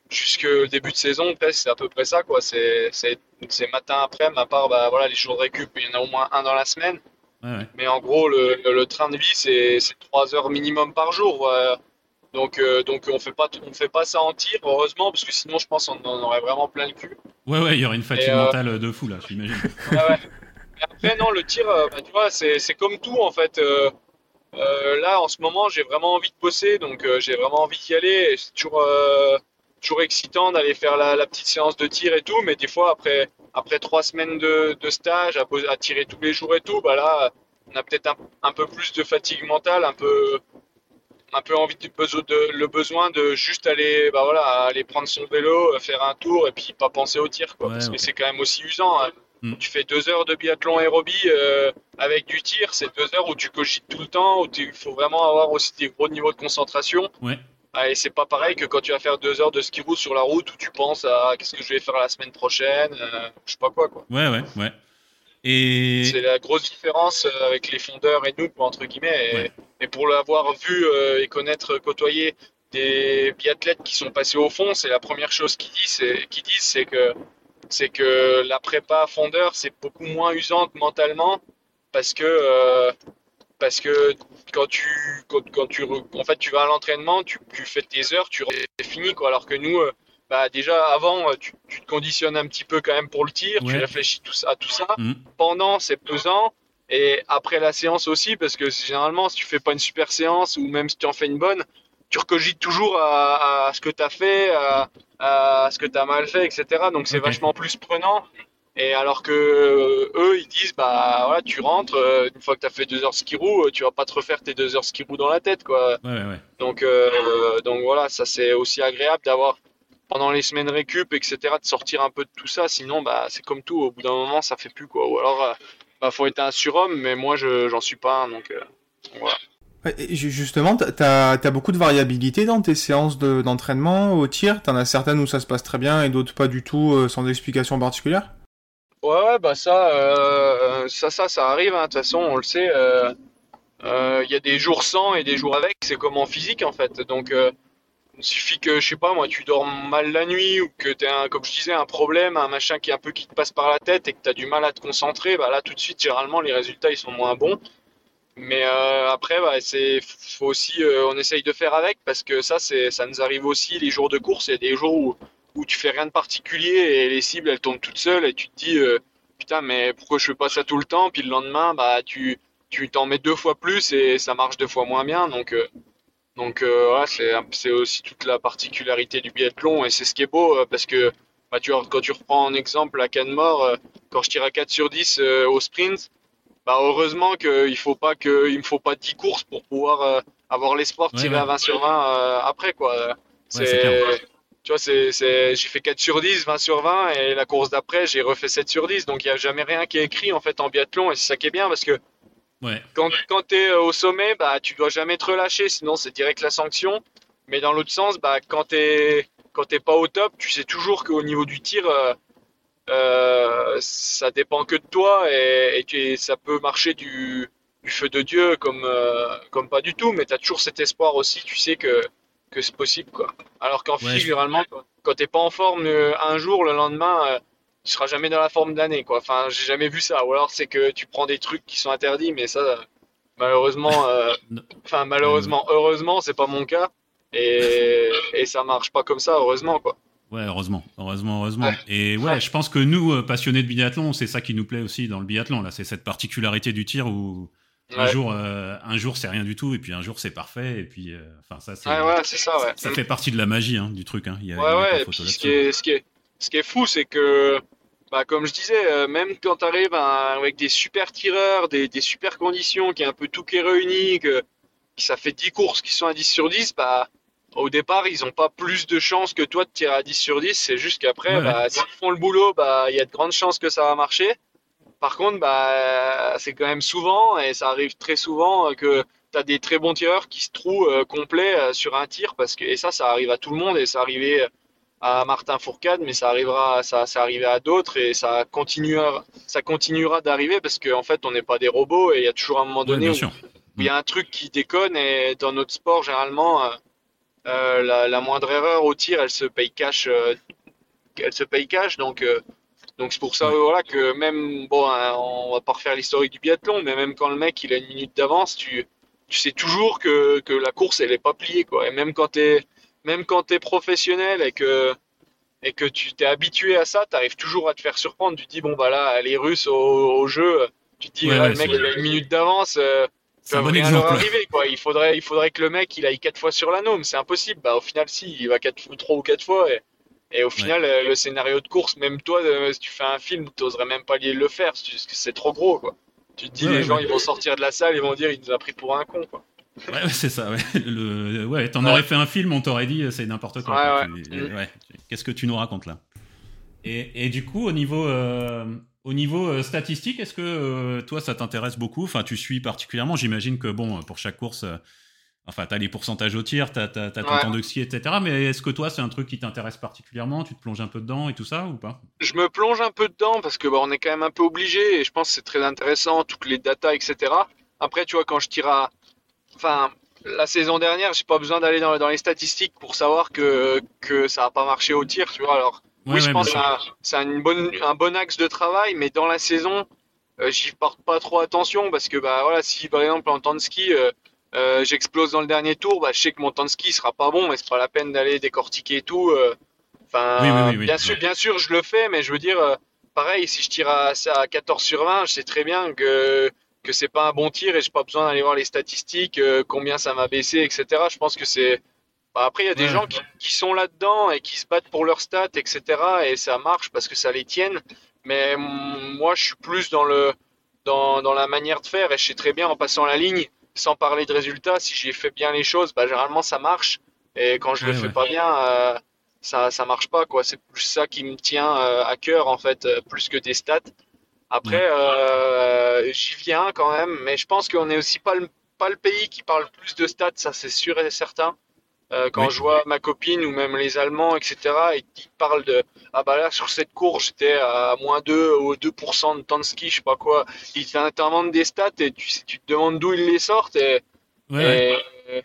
jusqu'au début de saison, presque, c'est à peu près ça, quoi. C'est, c'est, c'est matin après, à part, bah, voilà, les jours de récup, il y en a au moins un dans la semaine. Ouais, ouais. Mais en gros, le, le, le train de vie, c'est, c'est trois heures minimum par jour. Ouais. Donc, euh, donc on fait pas, on fait pas ça en tir, heureusement, parce que sinon, je pense qu'on en aurait vraiment plein le cul. Ouais, ouais, il y aurait une Et, fatigue euh, mentale de fou là, j'imagine. ouais, ouais. Et après, non, le tir, euh, bah, tu vois, c'est, c'est comme tout, en fait. Euh, euh, là, en ce moment, j'ai vraiment envie de bosser, donc euh, j'ai vraiment envie d'y aller. Et c'est toujours, euh, toujours excitant d'aller faire la, la petite séance de tir et tout, mais des fois, après, après trois semaines de, de stage, à, à tirer tous les jours et tout, bah là, on a peut-être un, un peu plus de fatigue mentale, un peu, un peu envie de, de- le besoin de juste aller, bah voilà, aller prendre son vélo, euh, faire un tour et puis pas penser au tir, quoi, Ouais, parce que ouais. c'est quand même aussi usant, hein. Mm. Tu fais deux heures de biathlon aérobie euh, avec du tir, c'est deux heures où tu cogites tout le temps, où il faut vraiment avoir aussi des gros niveaux de concentration. Ouais. Ah, et c'est pas pareil que quand tu vas faire deux heures de ski route sur la route où tu penses à qu'est-ce que je vais faire la semaine prochaine, euh, je sais pas quoi, quoi. Ouais, ouais, ouais. C'est Et la grosse différence euh, avec les fondeurs et nous, quoi, entre guillemets. ouais, Et, et pour l'avoir vu euh, et connaître, côtoyer des biathlètes qui sont passés au fond, c'est la première chose qu'ils disent, c'est, qu'ils disent, c'est que c'est que la prépa fondeur, c'est beaucoup moins usante mentalement parce que euh, parce que quand tu quand, quand tu re- en fait tu vas à l'entraînement, tu, tu fais tes heures, tu rentres, c'est fini, quoi. Alors que nous, euh, bah déjà avant, euh, tu, tu te conditionnes un petit peu quand même pour le tir, tu ouais. réfléchis tout, à tout ça. Mm. Pendant, c'est pesant. Et après la séance aussi, parce que généralement, si tu fais pas une super séance ou même si tu en fais une bonne, tu recogites toujours à, à ce que tu as fait, à, à ce que tu as mal fait, et cetera. Donc c'est Ok. vachement plus prenant. Et alors que euh, eux, ils disent, bah voilà, tu rentres, euh, une fois que tu as fait deux heures ski roue, euh, tu vas pas te refaire tes deux heures ski roue dans la tête, quoi. Ouais, ouais, ouais. Donc, euh, donc voilà, ça c'est aussi agréable d'avoir pendant les semaines récup, et cetera, de sortir un peu de tout ça. Sinon, bah c'est comme tout, au bout d'un moment, ça fait plus, quoi. Ou alors, euh, bah faut être un surhomme, mais moi, je j'en suis pas un, donc euh, voilà. Ouais, et ju- justement, t'as, t'as t'as beaucoup de variabilité dans tes séances de, d'entraînement au tir. T'en as certaines où ça se passe très bien et d'autres pas du tout, euh, sans explication particulière. Ouais, ouais, bah ça, euh, ça, ça, ça arrive, hein. De toute façon, on le sait. euh, euh, Il y a des jours sans et des jours avec. C'est comme en physique, en fait. Donc, euh, il suffit que, je sais pas, moi, tu dors mal la nuit ou que tu as, un, comme je disais, un problème, un machin qui est un peu qui te passe par la tête et que tu as du mal à te concentrer, bah là, tout de suite, généralement, les résultats, ils sont moins bons. Mais euh, après, bah, c'est, faut aussi, euh, on essaye de faire avec parce que ça, c'est, ça nous arrive aussi les jours de course. Il y a des jours où, où tu fais rien de particulier et les cibles, elles tombent toutes seules et tu te dis, euh, putain, mais pourquoi je fais pas ça tout le temps? Puis le lendemain, bah, tu, tu t'en mets deux fois plus et ça marche deux fois moins bien. Donc, euh, donc euh, voilà, c'est, c'est aussi toute la particularité du biathlon et c'est ce qui est beau euh, parce que bah, tu vois, quand tu reprends en exemple la Canmore, euh, quand je tire à quatre sur dix euh, au sprint, bah heureusement qu'il faut pas que, il me faut pas dix courses pour pouvoir euh, avoir l'espoir de Ouais, tirer ouais. à vingt sur vingt euh, après, quoi. Ouais, c'est clair. C'est, tu vois, c'est, c'est, j'ai fait quatre sur dix, vingt sur vingt et la course d'après, j'ai refait sept sur dix. Donc il y a jamais rien qui est écrit en fait en biathlon et c'est ça qui est bien parce que Ouais. quand, quand tu es au sommet, bah, tu dois jamais te relâcher, sinon c'est direct la sanction. Mais dans l'autre sens, bah, quand tu n'es quand t'es pas au top, tu sais toujours qu'au niveau du tir, euh, euh, ça dépend que de toi et, et, tu- et ça peut marcher du, du feu de Dieu comme, euh, comme pas du tout. Mais tu as toujours cet espoir aussi, tu sais que, que c'est possible, quoi. Alors qu'en Ouais, physique, je- généralement, quand, quand t'es pas en forme euh, un jour, le lendemain, euh, tu seras jamais dans la forme de l'année, quoi. Enfin, j'ai jamais vu ça. Ou alors c'est que tu prends des trucs qui sont interdits, mais ça, malheureusement, euh, Non. enfin Ouais, nous- malheureusement, heureusement, c'est pas mon cas. Et, et ça marche pas comme ça, heureusement, quoi. ouais, heureusement, heureusement, heureusement. Ouais. Et ouais, je pense que nous, euh, passionnés de biathlon, c'est ça qui nous plaît aussi dans le biathlon. Là, c'est cette particularité du tir où un Ouais. jour, euh, un jour c'est rien du tout, et puis un jour c'est parfait, et puis, euh, enfin ça, c'est, Ouais, ouais, c'est ça, ouais. ça fait partie de la magie hein, du truc. Hein. Il y a, il y Ouais, a pas ouais, et photo puis ce qui là-dessus. est, ce qui est, ce qui est fou, c'est que, bah, comme je disais, euh, même quand tu arrives avec des super tireurs, des, des super conditions, qu'il y a un peu tout qui est réuni, que, que ça fait dix courses qui sont à dix sur dix, bah, au départ, ils ont pas plus de chances que toi de tirer à dix sur dix, c'est juste qu'après, Ouais, ouais, bah, s'ils font le boulot, bah, il y a de grandes chances que ça va marcher. Par contre, bah, c'est quand même souvent, et ça arrive très souvent, euh, que tu as des très bons tireurs qui se trouvent euh, complets euh, sur un tir, parce que, et ça, ça arrive à tout le monde, et ça arrivait à Martin Fourcade, mais ça arrivera, ça, ça arrivait à d'autres, et ça continuera, ça continuera d'arriver, parce qu'en fait, on n'est pas des robots, et il y a toujours un moment ouais, donné bien où sûr. il Mm. y a un truc qui déconne, et dans notre sport, généralement, euh, euh, la, la moindre erreur au tir, elle se paye cash, euh, elle se paye cash. Donc, euh, donc c'est pour ça, Ouais. euh, voilà, que même, bon, hein, on va pas refaire l'historique du biathlon, mais même quand le mec il a une minute d'avance, tu, tu sais toujours que, que la course elle est pas pliée, quoi. Et même quand t'es, même quand t'es professionnel et que et que tu t'es habitué à ça, t'arrives toujours à te faire surprendre. Tu te dis, bon, bah là, les Russes au, au jeu, tu te dis, Ouais, ah, ouais, le mec, c'est, il a une minute d'avance, euh, ils c'est un peuvent bon rien leur exemple. arriver, quoi. Il faudrait, il faudrait que le mec, il aille quatre fois sur la norme. C'est impossible. Bah, au final, si, il va quatre, trois ou quatre fois. Et, et au Ouais. final, euh, le scénario de course, même toi, euh, si tu fais un film, t'oserais même pas le faire, parce que c'est trop gros, quoi. Tu te dis, Ouais, les ouais, gens, ouais. ils vont sortir de la salle, ils vont dire, il nous a pris pour un con, quoi. Ouais, ouais, c'est ça, ouais. Le, ouais, t'en Ouais, aurais fait un film, on t'aurait dit, euh, c'est n'importe quoi, quoi. ouais, Tu, ouais. Mm. ouais. Qu'est-ce que tu nous racontes là? Et, et du coup, au niveau, euh, au niveau euh, statistique, est-ce que euh, toi, ça t'intéresse beaucoup? Enfin, tu suis particulièrement. J'imagine que bon, pour chaque course, euh, enfin, t'as les pourcentages au tir, t'as, t'as, t'as ton Ouais. temps de ski, et cetera. Mais est-ce que toi, c'est un truc qui t'intéresse particulièrement? Tu te plonges un peu dedans et tout ça ou pas? Je me plonge un peu dedans parce que bah, on est quand même un peu obligé et je pense que c'est très intéressant, toutes les datas, et cetera. Après, tu vois, quand je tire à, enfin, la saison dernière, j'ai pas besoin d'aller dans, dans les statistiques pour savoir que, que ça a pas marché au tir, tu vois. Alors, oui, Ouais, je ouais, bien pense que c'est sûr. un, c'est une bonne, un bon axe de travail, mais dans la saison, euh, j'y porte pas trop attention parce que, bah voilà, si par exemple en temps de ski, euh, euh, j'explose dans le dernier tour, bah je sais que mon temps de ski sera pas bon, mais c'est pas la peine d'aller décortiquer et tout. euh. Oui, oui, Enfin, oui, oui. bien sûr, Ouais. bien sûr, je le fais, mais je veux dire, euh, pareil, si je tire à, à quatorze sur vingt, je sais très bien que que c'est pas un bon tir et j'ai pas besoin d'aller voir les statistiques, euh, combien ça m'a baissé, et cetera. Je pense que c'est. Bah, après, il y a des Ouais. gens qui, qui sont là-dedans et qui se battent pour leurs stats, et cetera. Et ça marche parce que ça les tienne. Mais mm, moi, je suis plus dans le dans, dans la manière de faire et je sais très bien en passant la ligne, sans parler de résultats, si j'ai fait bien les choses, bah généralement ça marche. Et quand je le Ouais, fais ouais. pas bien, euh, ça ça marche pas quoi. C'est plus ça qui me tient euh, à cœur en fait, euh, plus que des stats. Après, Ouais. euh, j'y viens quand même, mais je pense qu'on est aussi pas le, pas le pays qui parle le plus de stats, ça c'est sûr et certain. Euh, quand Oui. je vois ma copine ou même les Allemands, et cetera, et qui parlent de ah bah là sur cette course j'étais à moins deux ou deux pour cent de temps de ski, je sais pas quoi. Ils t'inventent des stats et tu, tu te demandes d'où ils les sortent et, Ouais, ouais. et,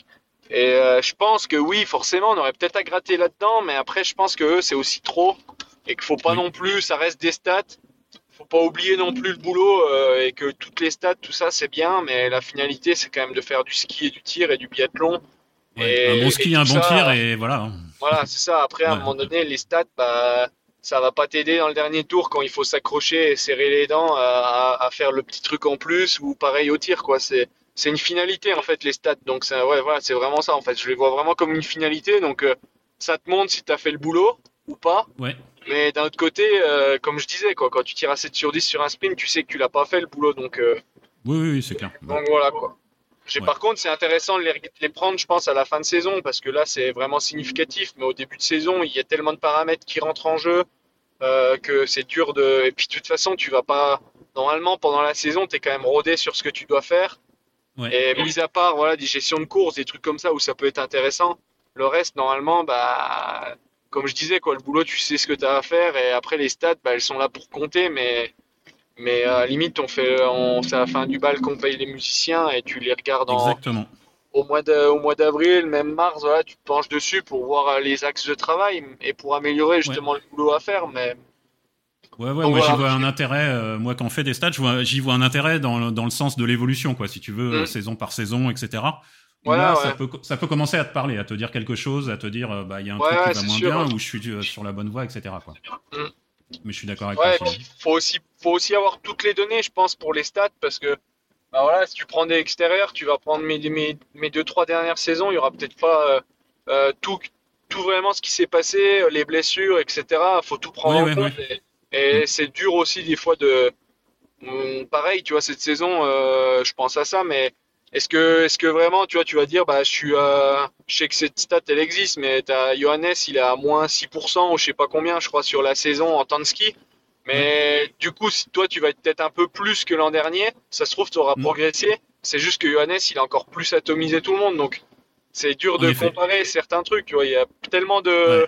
et euh, je pense que oui, forcément, on aurait peut-être à gratter là-dedans, mais après je pense que eux, c'est aussi trop et qu'il faut pas Oui. non plus, ça reste des stats. Faut pas oublier non plus le boulot euh, et que toutes les stats, tout ça c'est bien, mais la finalité c'est quand même de faire du ski et du tir et du biathlon Ouais. Un bon et, et ski, tout un bon tir, ça. et voilà. Voilà, c'est ça. Après, à un Ouais. moment donné, les stats, bah, ça va pas t'aider dans le dernier tour quand il faut s'accrocher et serrer les dents à, à- à faire le petit truc en plus ou pareil au tir, quoi. C'est, c'est une finalité, en fait, les stats. Donc, c'est, ouais, voilà, c'est vraiment ça, en fait. Je les vois vraiment comme une finalité. Donc, euh, ça te montre si t'as fait le boulot ou pas. Ouais. Mais d'un autre côté, euh, comme je disais, quoi, quand tu tires à sept sur dix sur un sprint, tu sais que tu l'as pas fait le boulot. Donc, euh, Oui, oui, oui, c'est clair. Ouais. donc voilà, quoi. J'ai, Ouais. par contre, c'est intéressant de les, de les prendre, je pense, à la fin de saison, parce que là, c'est vraiment significatif. Mais au début de saison, il y a tellement de paramètres qui rentrent en jeu euh, que c'est dur de. Et puis, de toute façon, tu vas pas. Normalement, pendant la saison, tu es quand même rodé sur ce que tu dois faire. Ouais. Et mis à part, voilà, des gestions de course, des trucs comme ça où ça peut être intéressant, le reste, normalement, bah, comme je disais, quoi, le boulot, tu sais ce que tu as à faire. Et après, les stats, bah, elles sont là pour compter, mais. Mais à la limite, on fait, on, c'est à la fin du bal qu'on paye les musiciens et tu les regardes en, Exactement. au mois de- au mois d'avril, même mars, voilà, tu te penches dessus pour voir euh, les axes de travail et pour améliorer Ouais. justement le boulot à faire. Mais Ouais, ouais, donc moi j'y voilà. vois un intérêt, euh, moi quand on fait des stats, je vois- j'y vois un intérêt dans, le- dans le sens de l'évolution, quoi, si tu veux, euh, Mm. saison par saison, et cetera. Où là, Voilà, ça ouais, peut, ça peut commencer à te parler, à te dire quelque chose, à te dire, euh, bah, il y a un ouais, truc qui ouais, va c'est moins sûr. bien, Ouais. ou je suis euh, sur la bonne voie, et cetera, quoi. Mm. Mais je suis d'accord avec toi Ouais, et sinon. puis faut aussi, faut aussi avoir toutes les données, je pense, pour les stats, parce que bah voilà, si tu prends des extérieurs, tu vas prendre mes, mes, mes deux, trois dernières saisons, il y aura peut-être pas euh, euh, tout, tout vraiment ce qui s'est passé, euh, les blessures, et cetera. Faut tout prendre Ouais, en ouais, ouais. compte. Et, Mm. et c'est dur aussi des fois de. Hum, pareil, tu vois, cette saison, euh, je pense à ça, mais est-ce que, est-ce que vraiment, tu vois, tu vas dire, bah, je suis, euh, je sais que cette stat, elle existe, mais t'as Johannes, il est à moins six pour cent ou je sais pas combien, je crois, sur la saison en temps de ski. Ouais. Mais du coup, si toi, tu vas être peut-être un peu plus que l'an dernier, ça se trouve, tu auras Mm. progressé. C'est juste que Johannes, il a encore plus atomisé tout le monde, donc c'est dur En de effet. comparer certains trucs, tu vois, il y a tellement de, Ouais.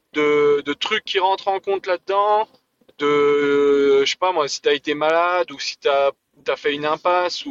de, de trucs qui rentrent en compte là-dedans, de, je sais pas moi, si t'as été malade ou si t'as as fait une impasse ou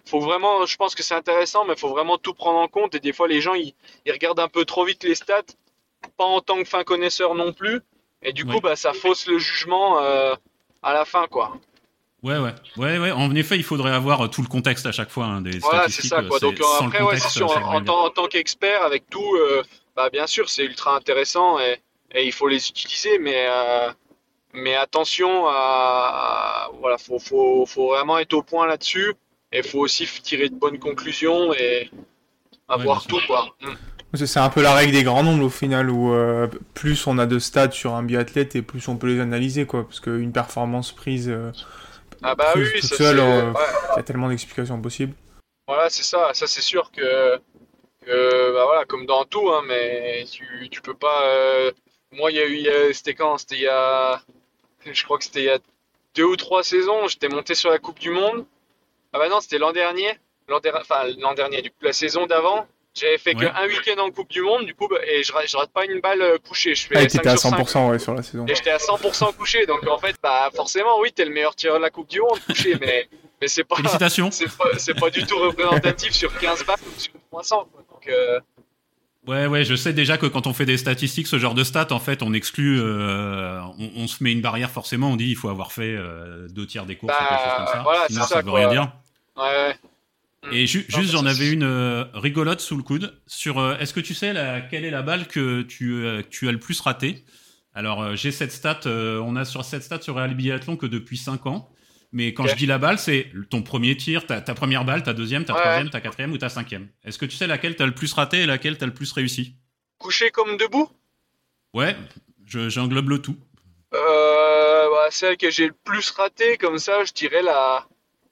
faut vraiment, je pense que c'est intéressant, mais faut vraiment tout prendre en compte. Et des fois, les gens, ils, ils regardent un peu trop vite les stats, pas en tant que fin connaisseur non plus. Et du coup, Ouais. bah, ça fausse le jugement euh, à la fin, quoi. Ouais, ouais, ouais, ouais. En effet, il faudrait avoir tout le contexte à chaque fois, hein, des Voilà, c'est statistiques. ça, quoi. C'est, Donc euh, sans après, le ouais, c'est contexte, sûr, ça en, veut en rien dire. tant, en tant qu'expert, avec tout, euh, bah, bien sûr, c'est ultra intéressant et, et il faut les utiliser, mais, euh, mais attention à, à- voilà, faut, faut, faut vraiment être au point là-dessus et faut aussi tirer de bonnes conclusions et Ouais, bien avoir sûr. tout, quoi. Mm. C'est c'est un peu la règle des grands nombres au final, où euh, plus on a de stats sur un biathlète et plus on peut les analyser, quoi. Parce qu'une performance prise, euh, Ah bah oui, prise oui, toute ça seule, c'est, euh, ouais, il y a tellement d'explications possibles. voilà, c'est ça, ça c'est sûr que, que, bah voilà, comme dans tout, hein, mais tu, tu peux pas. euh, Moi, il y a eu, il y a- c'était quand? C'était il y a, je crois que c'était il y a deux ou trois saisons. J'étais monté sur la Coupe du Monde. Ah bah non, c'était l'an dernier. L'an der- Enfin, l'an dernier, du coup, la saison d'avant. J'avais fait que Ouais. un week-end en Coupe du Monde, du coup, bah, et je, ra- je rate pas une balle euh, couchée. Je Ah, et fais t'étais cinq à sur cinq. cent pour cent, ouais, sur la saison. Et j'étais à cent pour cent couché. Donc en fait, bah forcément, oui, t'es le meilleur tireur de la Coupe du Monde couché, mais, mais c'est pas, Félicitations. c'est pas, c'est pas du tout représentatif sur quinze balles ou sur trois cents, quoi. Donc, euh, Ouais, ouais, je sais déjà que quand on fait des statistiques, ce genre de stats, en fait, on exclut, euh, on, on se met une barrière forcément. On dit il faut avoir fait euh, deux tiers des courses ou quelque chose comme bah ça. voilà, Sinon, c'est ça ça, veut quoi. rien dire. Ouais, ouais. Et ju- Non, juste, mais j'en ça, avais c'est- une euh, rigolote sous le coude sur. euh, Est-ce que tu sais la, quelle est la balle que tu, euh, que tu as le plus raté? Alors, euh, j'ai cette stat. euh, on a sur cette stat sur Real Biathlon que depuis cinq ans. Mais quand Ok. je dis la balle, c'est ton premier tir, ta, ta première balle, ta deuxième, ta Ouais, troisième, ouais. ta quatrième ou ta cinquième. Est-ce que tu sais laquelle t'as le plus raté et laquelle t'as le plus réussi? Couché comme debout? Ouais, je, j'englobe le tout. Euh, bah, celle que j'ai le plus ratée, comme ça, je dirais la,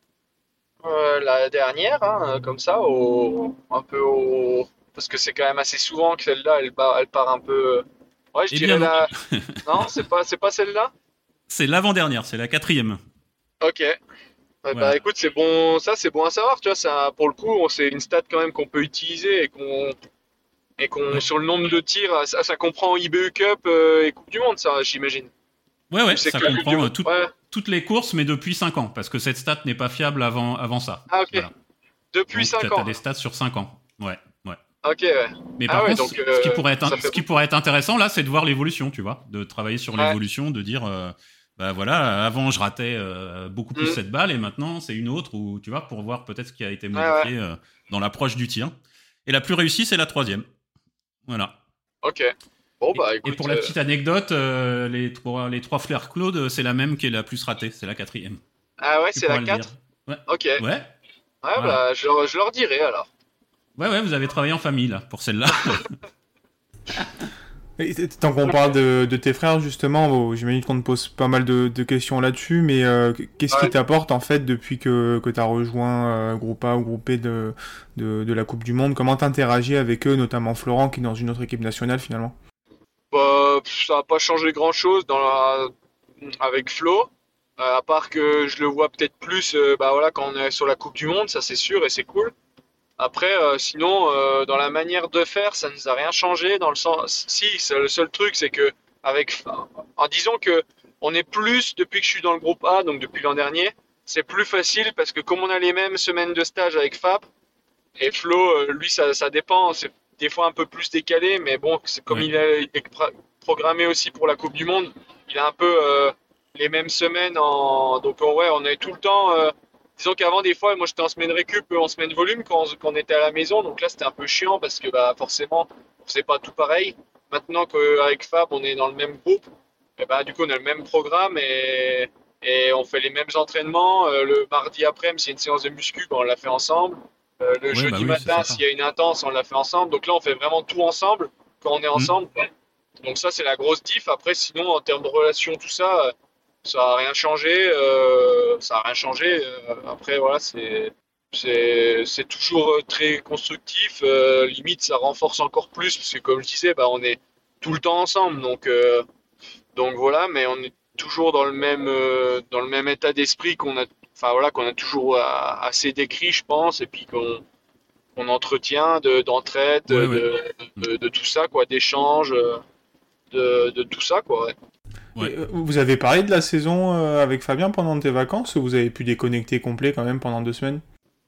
euh, la dernière, hein, euh, comme ça, au, un peu au, parce que c'est quand même assez souvent que celle-là, elle, part- elle part un peu. Ouais, je Eh bien dirais non, la. Non, c'est pas, c'est pas celle-là? c'est l'avant-dernière, c'est la quatrième. Ok. Ouais, bah Voilà. écoute, c'est bon, ça c'est bon à savoir, tu vois, ça, pour le coup, on- c'est une stat quand même qu'on peut utiliser et qu'on, et qu'on, Ouais, sur le nombre de tirs, ça, ça comprend I B U Cup euh, et Coupe du Monde, ça, j'imagine. ouais, Ou ouais, c'est ça que Coupe du comprend euh, Monde? tout- Ouais. toutes les courses, mais depuis cinq ans, parce que cette stat n'est pas fiable avant, avant ça. Ah ok. Voilà. Depuis Donc, cinq t'as, t'as ans. des stats sur cinq ans. Ouais, ouais. Ok, ouais. Mais Ah par ouais, contre, donc ce qui euh, pourrait être, ça un- fait ce qui beaucoup. pourrait être intéressant là, c'est de voir l'évolution, tu vois, de travailler sur Ouais. l'évolution, de dire, euh, bah voilà, avant je ratais euh, beaucoup plus Mm. cette balle et maintenant c'est une autre, ou tu vois, pour voir peut-être ce qui a été Ouais, ouais. modifié euh, dans l'approche du tir. Et la plus réussie, c'est la troisième. Voilà. Ok. Bon Et, bah et écoute. pour la euh, petite anecdote, euh, les trois, les trois frères Claude, c'est la même qui est la plus ratée, c'est la quatrième. Ah ouais, Tu c'est la pourras le dire. quatre. Ouais. Ok. Ouais, Ouais. Voilà. bah je, leur- je leur dirai alors. Ouais, ouais, vous avez travaillé en famille là pour celle-là. Et t- tant qu'on parle de, de tes frères, justement, bon, j'imagine qu'on te pose pas mal de, de questions là-dessus, mais euh, qu'est-ce Ouais. qui t'apporte, en fait, depuis que, que tu as rejoint euh, Groupe A ou Groupe B de, de, de la Coupe du Monde? Comment t'interagis avec eux, notamment Florent, qui est dans une autre équipe nationale, finalement? Bah, pff, ça n'a pas changé grand-chose dans la... avec Flo. Euh, à part que je le vois peut-être plus euh, bah voilà, quand on est sur la Coupe du Monde, ça c'est sûr et c'est cool. Après, euh, sinon, euh, dans la manière de faire, ça ne nous a rien changé. Dans le sens, si, c'est le seul truc, c'est que avec, en disant que on est plus depuis que je suis dans le groupe A, donc depuis l'an dernier, c'est plus facile parce que comme on a les mêmes semaines de stage avec Fab et Flo, euh, lui, ça, ça dépend. C'est des fois un peu plus décalé, mais bon, c'est comme Ouais. il, a- il est pra- programmé aussi pour la Coupe du Monde, il a un peu euh, les mêmes semaines en, donc euh, ouais, on est tout le temps. euh, Disons qu'avant, des fois, moi j'étais en semaine récup, eux, en semaine volume quand, on- quand on était à la maison. Donc là, c'était un peu chiant parce que bah, forcément, on faisait pas tout pareil. Maintenant qu'avec Fab, on est dans le même groupe, et bah, du coup, on a le même programme et, et on fait les mêmes entraînements. Euh, le mardi après-midi, s'il y a une séance de muscu, bah, on la fait ensemble. Euh, le Ouais, bah jeudi oui, c'est matin, sympa. s'il y a une intense, on la fait ensemble. Donc là, on fait vraiment tout ensemble quand on est Hmm. ensemble. Donc ça, c'est la grosse diff. Après, sinon, en termes de relations, tout ça, euh, ça a rien changé. euh, ça a rien changé. euh, après, voilà, c'est c'est c'est toujours euh, très constructif. euh, limite, ça renforce encore plus parce que, comme je disais, bah, on est tout le temps ensemble. Donc euh, donc voilà, mais on est toujours dans le même euh, dans le même état d'esprit qu'on a. Enfin voilà, qu'on a toujours euh, assez décrit, je pense, et puis qu'on qu'on entretient de d'entraide, Ouais, de, ouais. de, de tout ça, quoi, d'échanges, euh, de, de tout ça, quoi. Ouais. Ouais. Et, euh, vous avez parlé de la saison euh, avec Fabien pendant tes vacances, ou vous avez pu déconnecter complet quand même pendant deux semaines?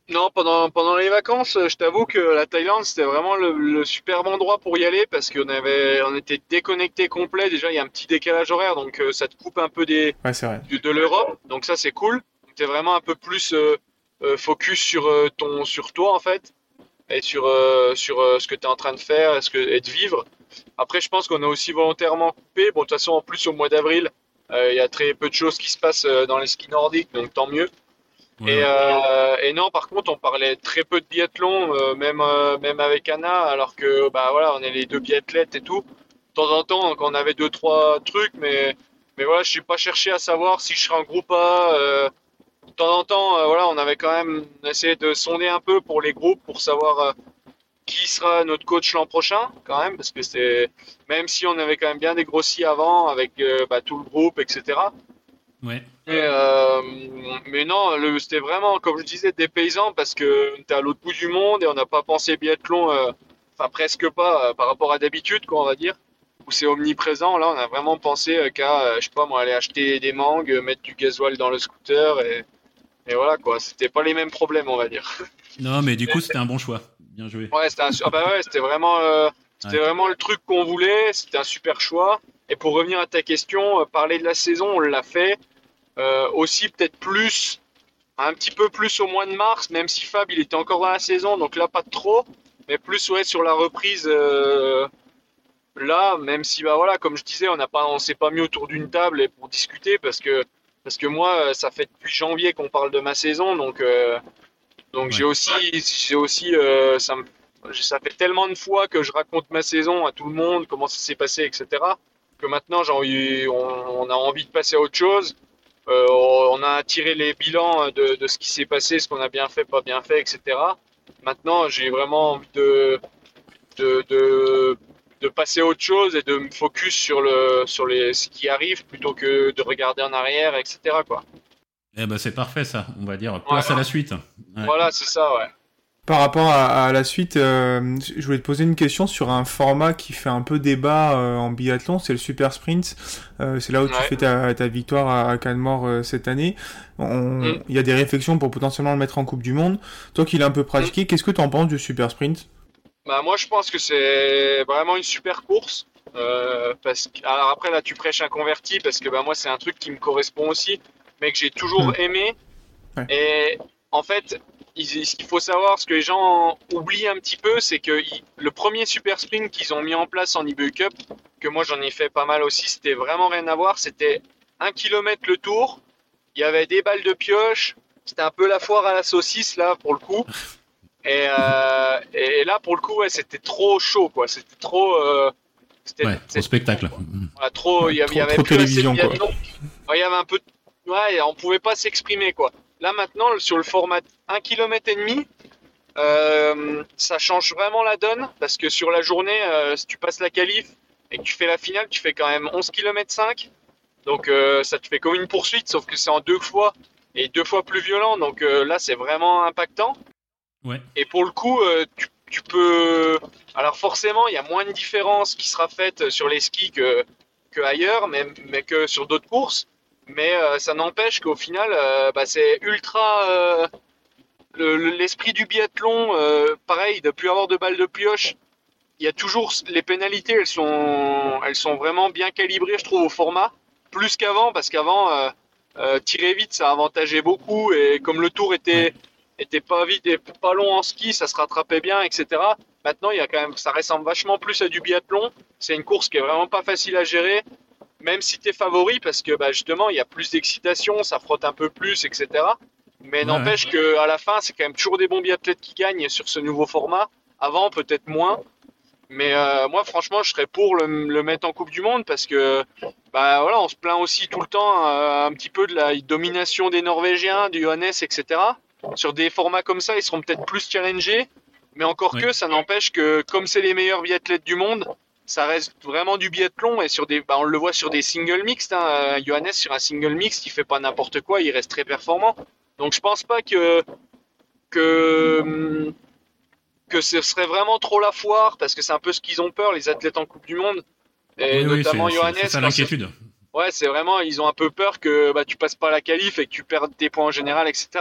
Non, pendant, pendant les vacances, euh, je t'avoue que la Thaïlande, c'était vraiment le, le superbe endroit pour y aller parce qu'on avait, on était déconnecté complet. Déjà, il y a un petit décalage horaire, donc euh, ça te coupe un peu des, Ouais, c'est vrai. de, de l'Europe. Donc ça, c'est cool. T'es vraiment un peu plus euh, euh, focus sur euh, ton, sur toi en fait et sur euh, sur euh, ce que tu es en train de faire et, ce que, et de vivre. Après, je pense qu'on a aussi volontairement coupé. Bon, de toute façon, en plus au mois d'avril, euh, il y a très peu de choses qui se passent euh, dans les skis nordiques, donc tant mieux. Ouais, Et, ouais. euh, et non, par contre, on parlait très peu de biathlon, euh, même, euh, même avec Anna, alors que bah voilà, on est les deux biathlètes et tout. De temps en temps, quand on avait deux, trois trucs, mais, mais voilà, je suis pas cherché à savoir si je serai en groupe A. Euh, de temps en temps, euh, voilà, on avait quand même essayé de sonder un peu pour les groupes, pour savoir euh, qui sera notre coach l'an prochain, quand même, parce que c'est, même si on avait quand même bien dégrossi avant avec euh, bah, tout le groupe, et cetera. Ouais. Et, euh, mais non, le- c'était vraiment, comme je disais, dépaysant parce que t'es à l'autre bout du monde et on n'a pas pensé biathlon, euh, enfin presque pas euh, par rapport à d'habitude, quoi, on va dire, où c'est omniprésent. Là, on a vraiment pensé euh, qu'à, euh, je sais pas moi, aller acheter des mangues, euh, mettre du gasoil dans le scooter et, et voilà quoi. C'était pas les mêmes problèmes, on va dire. Non, mais du coup, c'était un bon choix. Bien joué. Ouais, c'était un, su- ah bah ouais, c'était vraiment, euh, c'était Ouais. vraiment le truc qu'on voulait. C'était un super choix. Et pour revenir à ta question, euh, parler de la saison, on l'a fait. Euh, aussi peut-être plus un petit peu plus au mois de mars, même si Fab il était encore dans la saison, donc là pas trop, mais plus ouais sur la reprise euh, là, même si bah voilà, comme je disais, on n'a pas, on s'est pas mis autour d'une table et pour discuter parce que parce que moi euh, ça fait depuis janvier qu'on parle de ma saison, donc euh, donc j'ai Ouais. aussi j'ai aussi euh, ça me ça fait tellement de fois que je raconte ma saison à tout le monde, comment ça s'est passé, et cetera. Que maintenant j'ai envie, on, on a envie de passer à autre chose. Euh, on a tiré les bilans de, de ce qui s'est passé, ce qu'on a bien fait, pas bien fait, et cetera. Maintenant, j'ai vraiment envie de, de, de, de passer à autre chose et de me focus sur, le, sur les, ce qui arrive plutôt que de regarder en arrière, et cetera quoi. Eh ben, c'est parfait, ça. On va dire Ouais, place à la suite. Ouais. voilà, c'est ça, ouais. Par rapport à, à la suite, euh, je voulais te poser une question sur un format qui fait un peu débat euh, en biathlon, c'est le super sprint. Euh, c'est là où tu Ouais. fais ta, ta victoire à, à Canmore euh, cette année. On- Mm, Il y a des réflexions pour potentiellement le mettre en Coupe du Monde. Toi qui l'as un peu mm. pratiqué, qu'est-ce que tu en penses du super sprint? Bah, moi, je pense que c'est vraiment une super course. Euh, parce que, alors après, là, tu prêches un converti parce que bah, moi, c'est un truc qui me correspond aussi, mais que j'ai Hmm. toujours aimé. Ouais. Et en fait, il- ce qu'il faut savoir, ce que les gens oublient un petit peu, c'est que il- le premier super sprint qu'ils ont mis en place en I B U Cup, que moi j'en ai fait pas mal aussi, c'était vraiment rien à voir. C'était un kilomètre le tour, il y avait des balles de pioche, c'était un peu la foire à la saucisse là pour le coup. Et, euh, et là pour le coup, ouais, c'était trop chaud quoi. C'était trop, euh, c'était, Ouais, au c'était spectacle. voilà, trop, Ouais, il y avait, il y trop, avait trop plus assez de télévision, quoi. biathlon. Ouais, il y avait un peu, de- ouais, on pouvait pas s'exprimer quoi. Là maintenant, sur le format un kilomètre et demi, euh, ça change vraiment la donne parce que sur la journée, euh, si tu passes la qualif et que tu fais la finale, tu fais quand même onze kilomètres cinq. Donc euh, ça te fait comme une poursuite, sauf que c'est en deux fois et deux fois plus violent. Donc euh, là, c'est vraiment impactant. Ouais. Et pour le coup, euh, tu, tu peux. Alors forcément, il y a moins de différence qui sera faite sur les skis que, que ailleurs, mais, mais que sur d'autres courses. Mais euh, ça n'empêche qu'au final, euh, bah, c'est ultra. Euh, le- le- l'esprit du biathlon, euh, pareil, de plus avoir de balles de pioche. Il y a toujours les pénalités, elles sont, elles sont vraiment bien calibrées, je trouve, au format, plus qu'avant, parce qu'avant, euh, euh, tirer vite, ça avantageait beaucoup, et comme le tour Ouais. était, était pas vite et pas long en ski, ça se rattrapait bien, et cetera. Maintenant, il y a quand même, ça ressemble vachement plus à du biathlon. C'est une course qui est vraiment pas facile à gérer, même si t'es favori, parce que bah, justement, il y a plus d'excitation, ça frotte un peu plus, et cetera. Mais Ouais, ouais. n'empêche que à la fin, c'est quand même toujours des bons biathlètes qui gagnent sur ce nouveau format. Avant, peut-être moins. Mais euh, moi, franchement, je serais pour le, le mettre en Coupe du Monde parce que, bah voilà, on se plaint aussi tout le temps euh, un petit peu de la domination des Norvégiens, du Johannes, et cetera. Sur des formats comme ça, ils seront peut-être plus challengés. Mais encore Ouais. que, ça n'empêche que, comme c'est les meilleurs biathlètes du monde, ça reste vraiment du biathlon et sur des, bah, on le voit sur des singles mixtes. Hein. Johannes sur un single mixte, il fait pas n'importe quoi, il reste très performant. Donc je pense pas que que que ce serait vraiment trop la foire parce que c'est un peu ce qu'ils ont peur les athlètes en Coupe du Monde et Oui, oui, notamment c'est c'est- Johannes c'est ça quand c'est- l'inquiétude. ouais c'est vraiment ils ont un peu peur que bah, tu passes pas la qualif et que tu perdes tes points en général etc.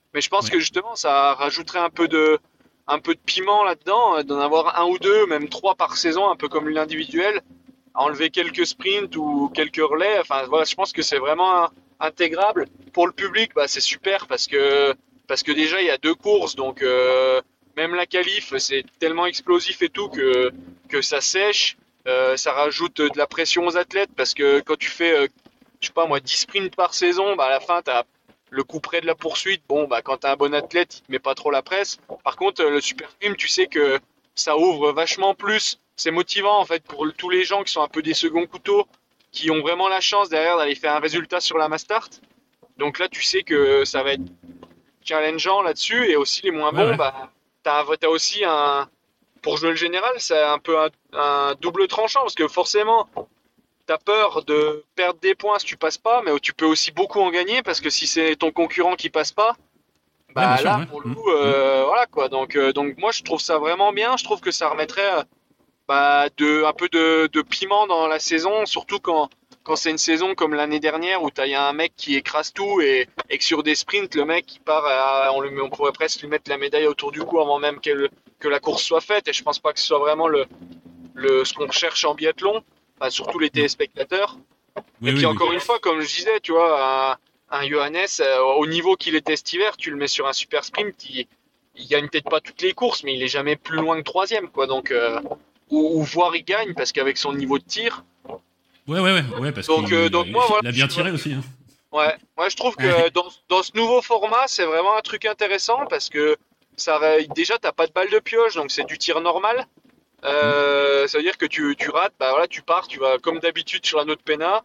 Mais je pense Ouais. que justement, ça rajouterait un peu de, un peu de piment là-dedans, euh, d'en avoir un ou deux, même trois par saison, un peu comme l'individuel, enlever quelques sprints ou quelques relais. Enfin, voilà, je pense que c'est vraiment un- intégrable. Pour le public, bah, c'est super parce que, parce que déjà, il y a deux courses, donc euh, même la qualif, c'est tellement explosif et tout que, que ça sèche. Euh, ça rajoute de la pression aux athlètes parce que quand tu fais, euh, je sais pas moi, dix sprints par saison, bah, à la fin, tu as le coup près de la poursuite. Bon, bah, quand tu as un bon athlète, il te met pas trop la presse. Par contre, le super sprint, tu sais que ça ouvre vachement plus. C'est motivant en fait pour tous les gens qui sont un peu des seconds couteaux, qui ont vraiment la chance derrière d'aller faire un résultat sur la Mastart. Donc là, tu sais que ça va être challengeant là-dessus. Et aussi les moins Ouais, bons, ouais. bah, t'as, t'as aussi un. Pour jouer le général, c'est un peu un, un double tranchant parce que forcément, t'as peur de perdre des points si tu passes pas, mais tu peux aussi beaucoup en gagner parce que si c'est ton concurrent qui passe pas, Ouais, bien bah sûr, là, ouais. pour le Mm, coup, mm. euh, voilà quoi. Donc, euh, donc moi, je trouve ça vraiment bien. Je trouve que ça remettrait euh, bah, de, un peu de, de piment dans la saison, surtout quand, quand c'est une saison comme l'année dernière où il y a un mec qui écrase tout et, et que sur des sprints, le mec qui part, à- on, lui, on pourrait presque lui mettre la médaille autour du cou avant même qu'elle- que la course soit faite. Et je pense pas que ce soit vraiment le, le, ce qu'on recherche en biathlon, enfin, surtout les Non. téléspectateurs. Et Oui, puis oui, oui. encore une fois, comme je disais, tu vois, un, un Johannes, euh, au niveau qu'il était cet hiver, tu le mets sur un super sprint, il, il gagne peut-être pas toutes les courses, mais il est jamais plus loin que troisième, quoi. Donc, euh, ou, ou voire il gagne parce qu'avec son niveau de tir. Ouais, ouais, ouais, ouais, parce Donc, euh, qu'il donc moi, voilà, il a je, bien tiré aussi. Hein. ouais, moi je trouve que dans, dans ce nouveau format, c'est vraiment un truc intéressant parce que ça, déjà, t'as pas de balle de pioche, donc c'est du tir normal. Mm. Euh, ça veut dire que tu, tu rates, bah voilà, tu pars, tu vas comme d'habitude sur la note Pena.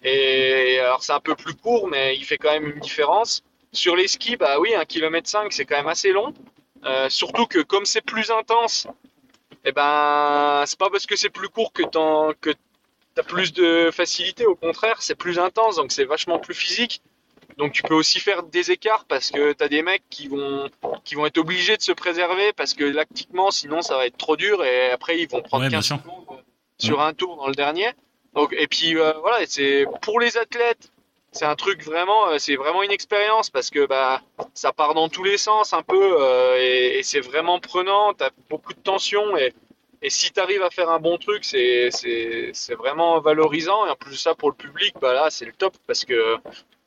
Et alors c'est un peu plus court, mais il fait quand même une différence. Sur les skis, bah oui, un kilomètre cinq, c'est quand même assez long. Euh, surtout que comme c'est plus intense, eh ben c'est pas parce que c'est plus court que t'en, que t'as plus de facilité. Au contraire, c'est plus intense, donc c'est vachement plus physique. Donc tu peux aussi faire des écarts parce que tu as des mecs qui vont qui vont être obligés de se préserver parce que lactiquement sinon ça va être trop dur et après ils vont prendre Ouais, bien quinze sûr. secondes Mm. sur un tour dans le dernier. Donc et puis euh, voilà, c'est pour les athlètes, c'est un truc vraiment euh, c'est vraiment une expérience parce que bah ça part dans tous les sens un peu euh, et, et c'est vraiment prenant, tu as beaucoup de tension et et si tu arrives à faire un bon truc, c'est c'est c'est vraiment valorisant et en plus de ça pour le public, bah là c'est le top parce que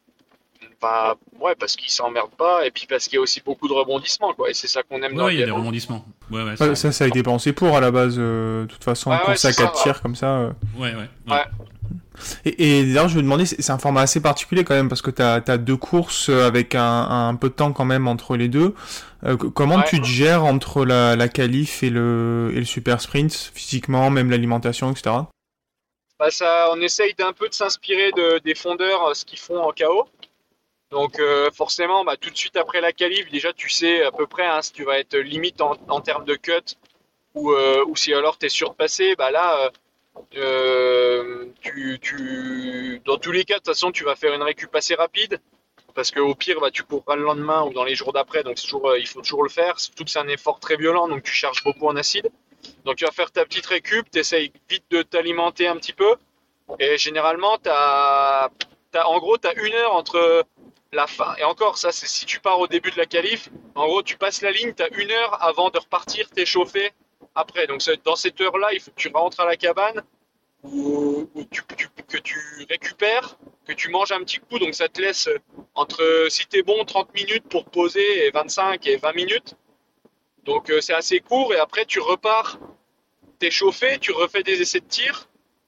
enfin, ouais, parce qu'ils s'emmerdent pas, et puis parce qu'il y a aussi beaucoup de rebondissements, quoi. Et c'est ça qu'on aime Ouais, dans le ouais, il y a des biathlon. rebondissements. Ouais, ouais, Ouais, c'est. ça, ça a été pensé pour à la base. euh, De toute façon, Ouais, ouais, course c'est à ça. quatre tirs comme ça. euh. Ouais, ouais, ouais. Ouais. Et, et d'ailleurs, je me demandais, c'est c'est un format assez particulier quand même parce que t'as as deux courses euh, avec un, un peu de temps quand même entre les deux. Euh, c- comment Ouais. tu te gères entre la, la qualif et le, et le super sprint, physiquement, même l'alimentation, et cetera. Bah, ça, on essaye d'un peu de s'inspirer de, des fondeurs, euh, ce qu'ils font en K O. Donc, euh, forcément, bah, tout de suite après la qualif, déjà, tu sais à peu près hein, si tu vas être limite en, en termes de cut ou, euh, ou si alors tu es surpassé. Bah là, euh, euh, tu, tu, dans tous les cas, de toute façon, tu vas faire une récup assez rapide. Parce qu'au pire, bah, tu courras le lendemain ou dans les jours d'après, donc c'est toujours, euh, il faut toujours le faire. Surtout que c'est un effort très violent, donc tu charges beaucoup en acide. Donc tu vas faire ta petite récup, tu essayes vite de t'alimenter un petit peu. Et généralement, t'as, t'as, en gros, tu as une heure entre la fin. Et encore, ça, c'est si tu pars au début de la qualif. En gros, tu passes la ligne, tu as une heure avant de repartir t'échauffer après. Donc dans cette heure-là, il faut que tu rentres à la cabane ou, ou tu, tu- que tu récupères, que tu manges un petit coup. Donc ça te laisse entre, si t'es bon, trente minutes pour poser et vingt-cinq et vingt minutes. Donc euh, c'est assez court et après tu repars t'échauffer, tu refais des essais de tir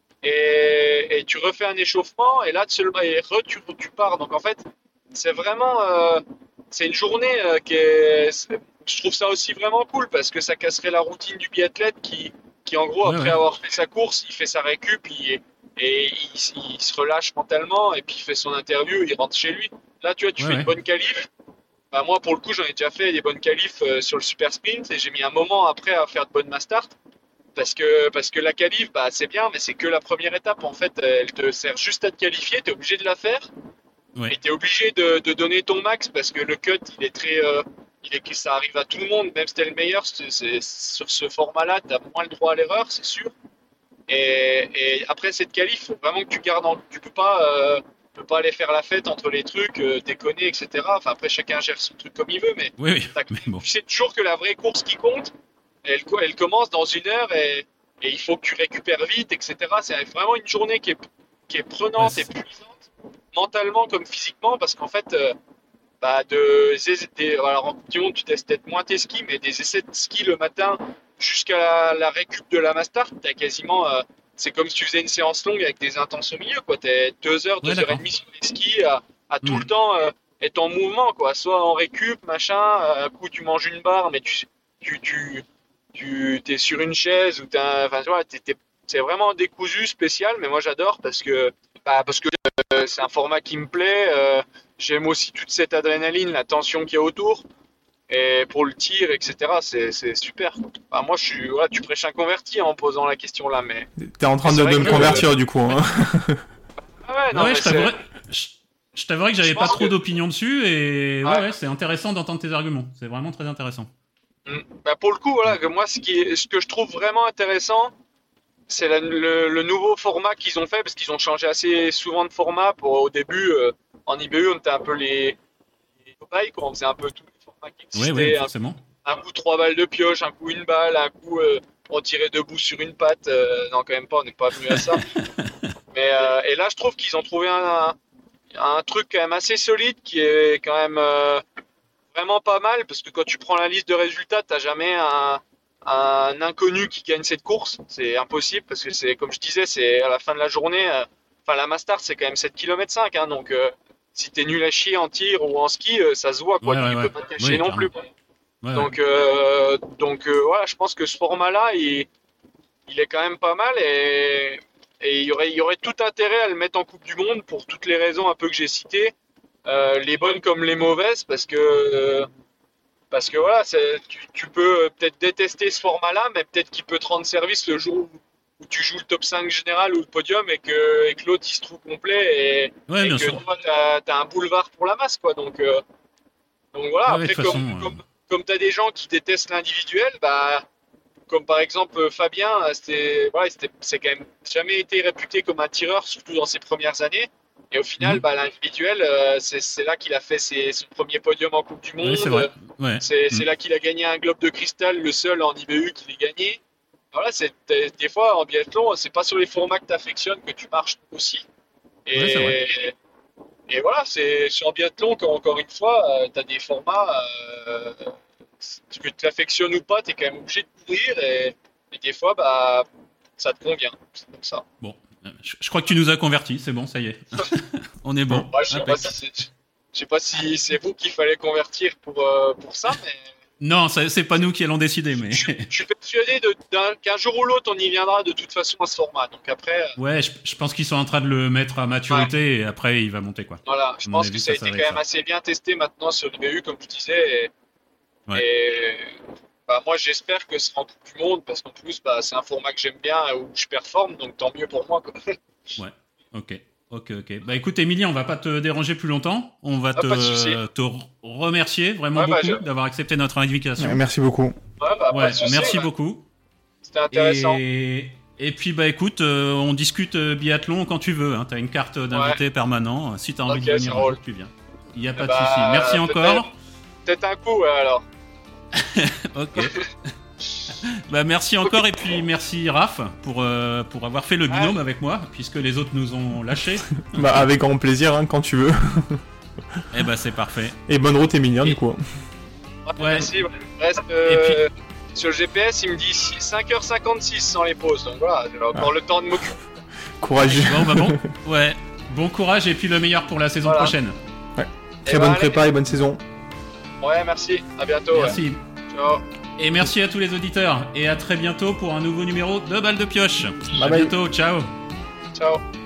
et, et tu refais un échauffement et là seulement et re, tu, tu pars. Donc en fait c'est vraiment euh, c'est une journée euh, qui est c'est- je trouve ça aussi vraiment cool parce que ça casserait la routine du biathlète qui qui en gros Ouais, après ouais. avoir fait sa course il fait sa récup il, et il, il se relâche mentalement et puis il fait son interview il rentre chez lui. Là tu vois tu Ouais, fais une ouais. bonne qualif. Bah, moi, pour le coup, j'en ai déjà fait des bonnes qualifs euh, sur le super sprint et j'ai mis un moment après à faire de bonnes mastart parce que, parce que la qualif, bah, c'est bien, mais c'est que la première étape. En fait, elle te sert juste à te qualifier, tu es obligé de la faire et Ouais. tu es obligé de, de donner ton max parce que le cut, il est très. Euh, il est, ça arrive à tout le monde, même si t'es le meilleur, c'est, c'est- sur ce format-là, tu as moins le droit à l'erreur, c'est sûr. Et, et après cette qualif, faut vraiment que tu gardes en, tu peux pas euh, peut pas aller faire la fête entre les trucs, euh, déconner, et cetera. Enfin, après, chacun gère son truc comme il veut, mais, Oui, oui. t'as- Mais bon. tu sais toujours que la vraie course qui compte, elle, co- elle commence dans une heure et, et il faut que tu récupères vite, et cetera. C'est vraiment une journée qui est, qui est prenante Ouais, et c'est- puissante, mentalement comme physiquement, parce qu'en fait, euh, bah, de, des- alors en Coupe du Monde, tu testes peut-être moins tes skis, mais des essais de ski le matin jusqu'à la, la récup de la Master, t'as quasiment, euh, c'est comme si tu faisais une séance longue avec des intenses au milieu, quoi. T'es deux heures, Ouais, deux heures et d'accord. demie sur les skis, à, à tout Hmm. le temps euh, être en mouvement, quoi. Soit en récup, machin, euh, un coup tu manges une barre, mais tu, tu, tu, tu t'es sur une chaise ou t'as, enfin, tu vois, t'es, t'es- c'est vraiment décousu, spécial, mais moi j'adore parce que, bah, parce que euh, c'est un format qui me plaît. euh, J'aime aussi toute cette adrénaline, la tension qu'il y a autour. Et pour le tir, et cetera, c'est c'est super, quoi. Bah, moi, je suis, voilà, tu prêches un converti en posant la question là, mais. T'es en train Mais de, c'est de vrai me que- convertir du coup. Hein. Ah ouais, non, Ouais, mais je c'est- t'avouerais, je, je t'avouerais que j'avais Je pas pense trop que- d'opinion dessus et ouais, Ouais. ouais, c'est intéressant d'entendre tes arguments. C'est vraiment très intéressant. Mm. Bah, pour le coup, voilà, que moi, ce qui est, ce que je trouve vraiment intéressant, c'est la- le, le nouveau format qu'ils ont fait, parce qu'ils ont changé assez souvent de format. Pour, au début, euh, en I B U, on était un peu les, les cobayes, quoi. On faisait un peu tous les formats qui Ouais, existaient. ouais, un, forcément. un coup trois balles de pioche, un coup une balle, un coup euh, on tirait debout sur une patte. Euh, non, quand même pas, on n'est pas venu à ça. Mais euh, et là, je trouve qu'ils ont trouvé un, un truc quand même assez solide qui est quand même euh, vraiment pas mal, parce que quand tu prends la liste de résultats, t'as jamais un, un inconnu qui gagne cette course. C'est impossible parce que c'est, comme je disais, c'est à la fin de la journée. euh, Enfin, la Mastart, c'est quand même sept kilomètres cinq, hein, donc euh, si t'es nul à chier en tir ou en ski, euh, ça se voit, quoi. Ouais, Donc, ouais, il ouais. peut pas te cacher Oui, non clairement. plus, quoi. Ouais, ouais. Donc, euh, donc euh, voilà, je pense que ce format-là, il, il est quand même pas mal et, et il y aurait, il y aurait tout intérêt à le mettre en Coupe du Monde pour toutes les raisons un peu que j'ai citées, euh, les bonnes comme les mauvaises, parce que euh, parce que voilà, c'est- tu, tu peux peut-être détester ce format-là, mais peut-être qu'il peut te rendre service le jour où, où tu joues le top cinq général ou le podium et que, et que l'autre il se trouve complet et, Ouais, et bien que sûr. toi t'as, t'as un boulevard pour la masse, quoi. Donc, euh, donc voilà, Ouais, ouais, de après toute comme, façon, euh, comme, comme t'as des gens qui détestent l'individuel, bah comme par exemple euh, Fabien, euh, c'était, voilà, c'était, c'est quand même jamais été réputé comme un tireur, surtout dans ses premières années. Et au final, Mhm. bah, l'individuel, euh, c'est, c'est là qu'il a fait ses, son premier podium en Coupe du Monde. ouais, c'est vrai. Ouais. C'est, Mhm. c'est là qu'il a gagné un globe de cristal, le seul en I B U qu'il ait gagné. Voilà, c'est, des, des fois en biathlon, c'est pas sur les formats que tu affectionnes que tu marches aussi. Et, Ouais, c'est vrai. et voilà, c'est sur en biathlon qu'encore une fois, tu as des formats euh, que tu affectionnes ou pas, tu es quand même obligé de courir et, et des fois, bah, ça te convient. C'est comme ça. Bon, euh, je, je crois que tu nous as convertis, c'est bon, ça y est. On est bon. Ouais, je sais pas Impec. si c'est, je sais pas si c'est vous qu'il fallait convertir pour, euh, pour ça, mais Non, ça- c'est pas nous qui allons décider, mais je, je suis persuadé de, d'un- qu'un jour ou l'autre, on y viendra de toute façon à ce format. Donc après, euh, ouais, je, je pense qu'ils sont en train de le mettre à maturité et après il va monter quoi. voilà, je À mon pense avis, que ça ça a été serait quand même ça. assez bien testé maintenant sur l'I B U, comme je disais. Et, Ouais. et, bah, moi, j'espère que ce sera en Coupe du Monde parce qu'en plus, bah, c'est un format que j'aime bien et où je performe, donc tant mieux pour moi, quoi. Ouais. Ok. Ok, ok. Bah écoute, Émilie, on va pas te déranger plus longtemps. On va Ah, pas de souci. te, te re- remercier vraiment Ouais, bah, beaucoup je- d'avoir accepté notre invitation. Ouais, merci beaucoup. Ouais, bah, pas Ouais, de souci, merci ouais. beaucoup. C'était intéressant. Et, et puis bah écoute, euh, on discute euh, biathlon quand tu veux. Hein. T'as une carte d'invité permanent. Si t'as envie Ok, de ça venir un roule. jour, tu viens. Il y a pas Eh de bah, souci. Merci peut-être- encore. Peut-être un coup, ouais, alors. Ok. Bah merci encore et puis merci Raph pour euh, pour avoir fait le binôme avec moi puisque les autres nous ont lâchés. Bah, avec grand plaisir, hein, quand tu veux. Et bah c'est parfait. Et bonne route, Emilien, Et- du coup. Ouais, Ouais. Merci, ouais. Reste, euh, sur le G P S, il me dit cinq heures cinquante-six sans les pauses, donc voilà, j'ai encore le temps de m'occuper. Courageux. Bon bah bon. Ouais. Bon courage et puis le meilleur pour la saison Voilà. prochaine. Très Eh bonne ben, prépa et bonne saison. Ouais, merci, à bientôt. ouais. Merci. Ciao. Et merci à tous les auditeurs et à très bientôt pour un nouveau numéro de Balle de Pioche. Bye à bye. bientôt. Ciao. Ciao.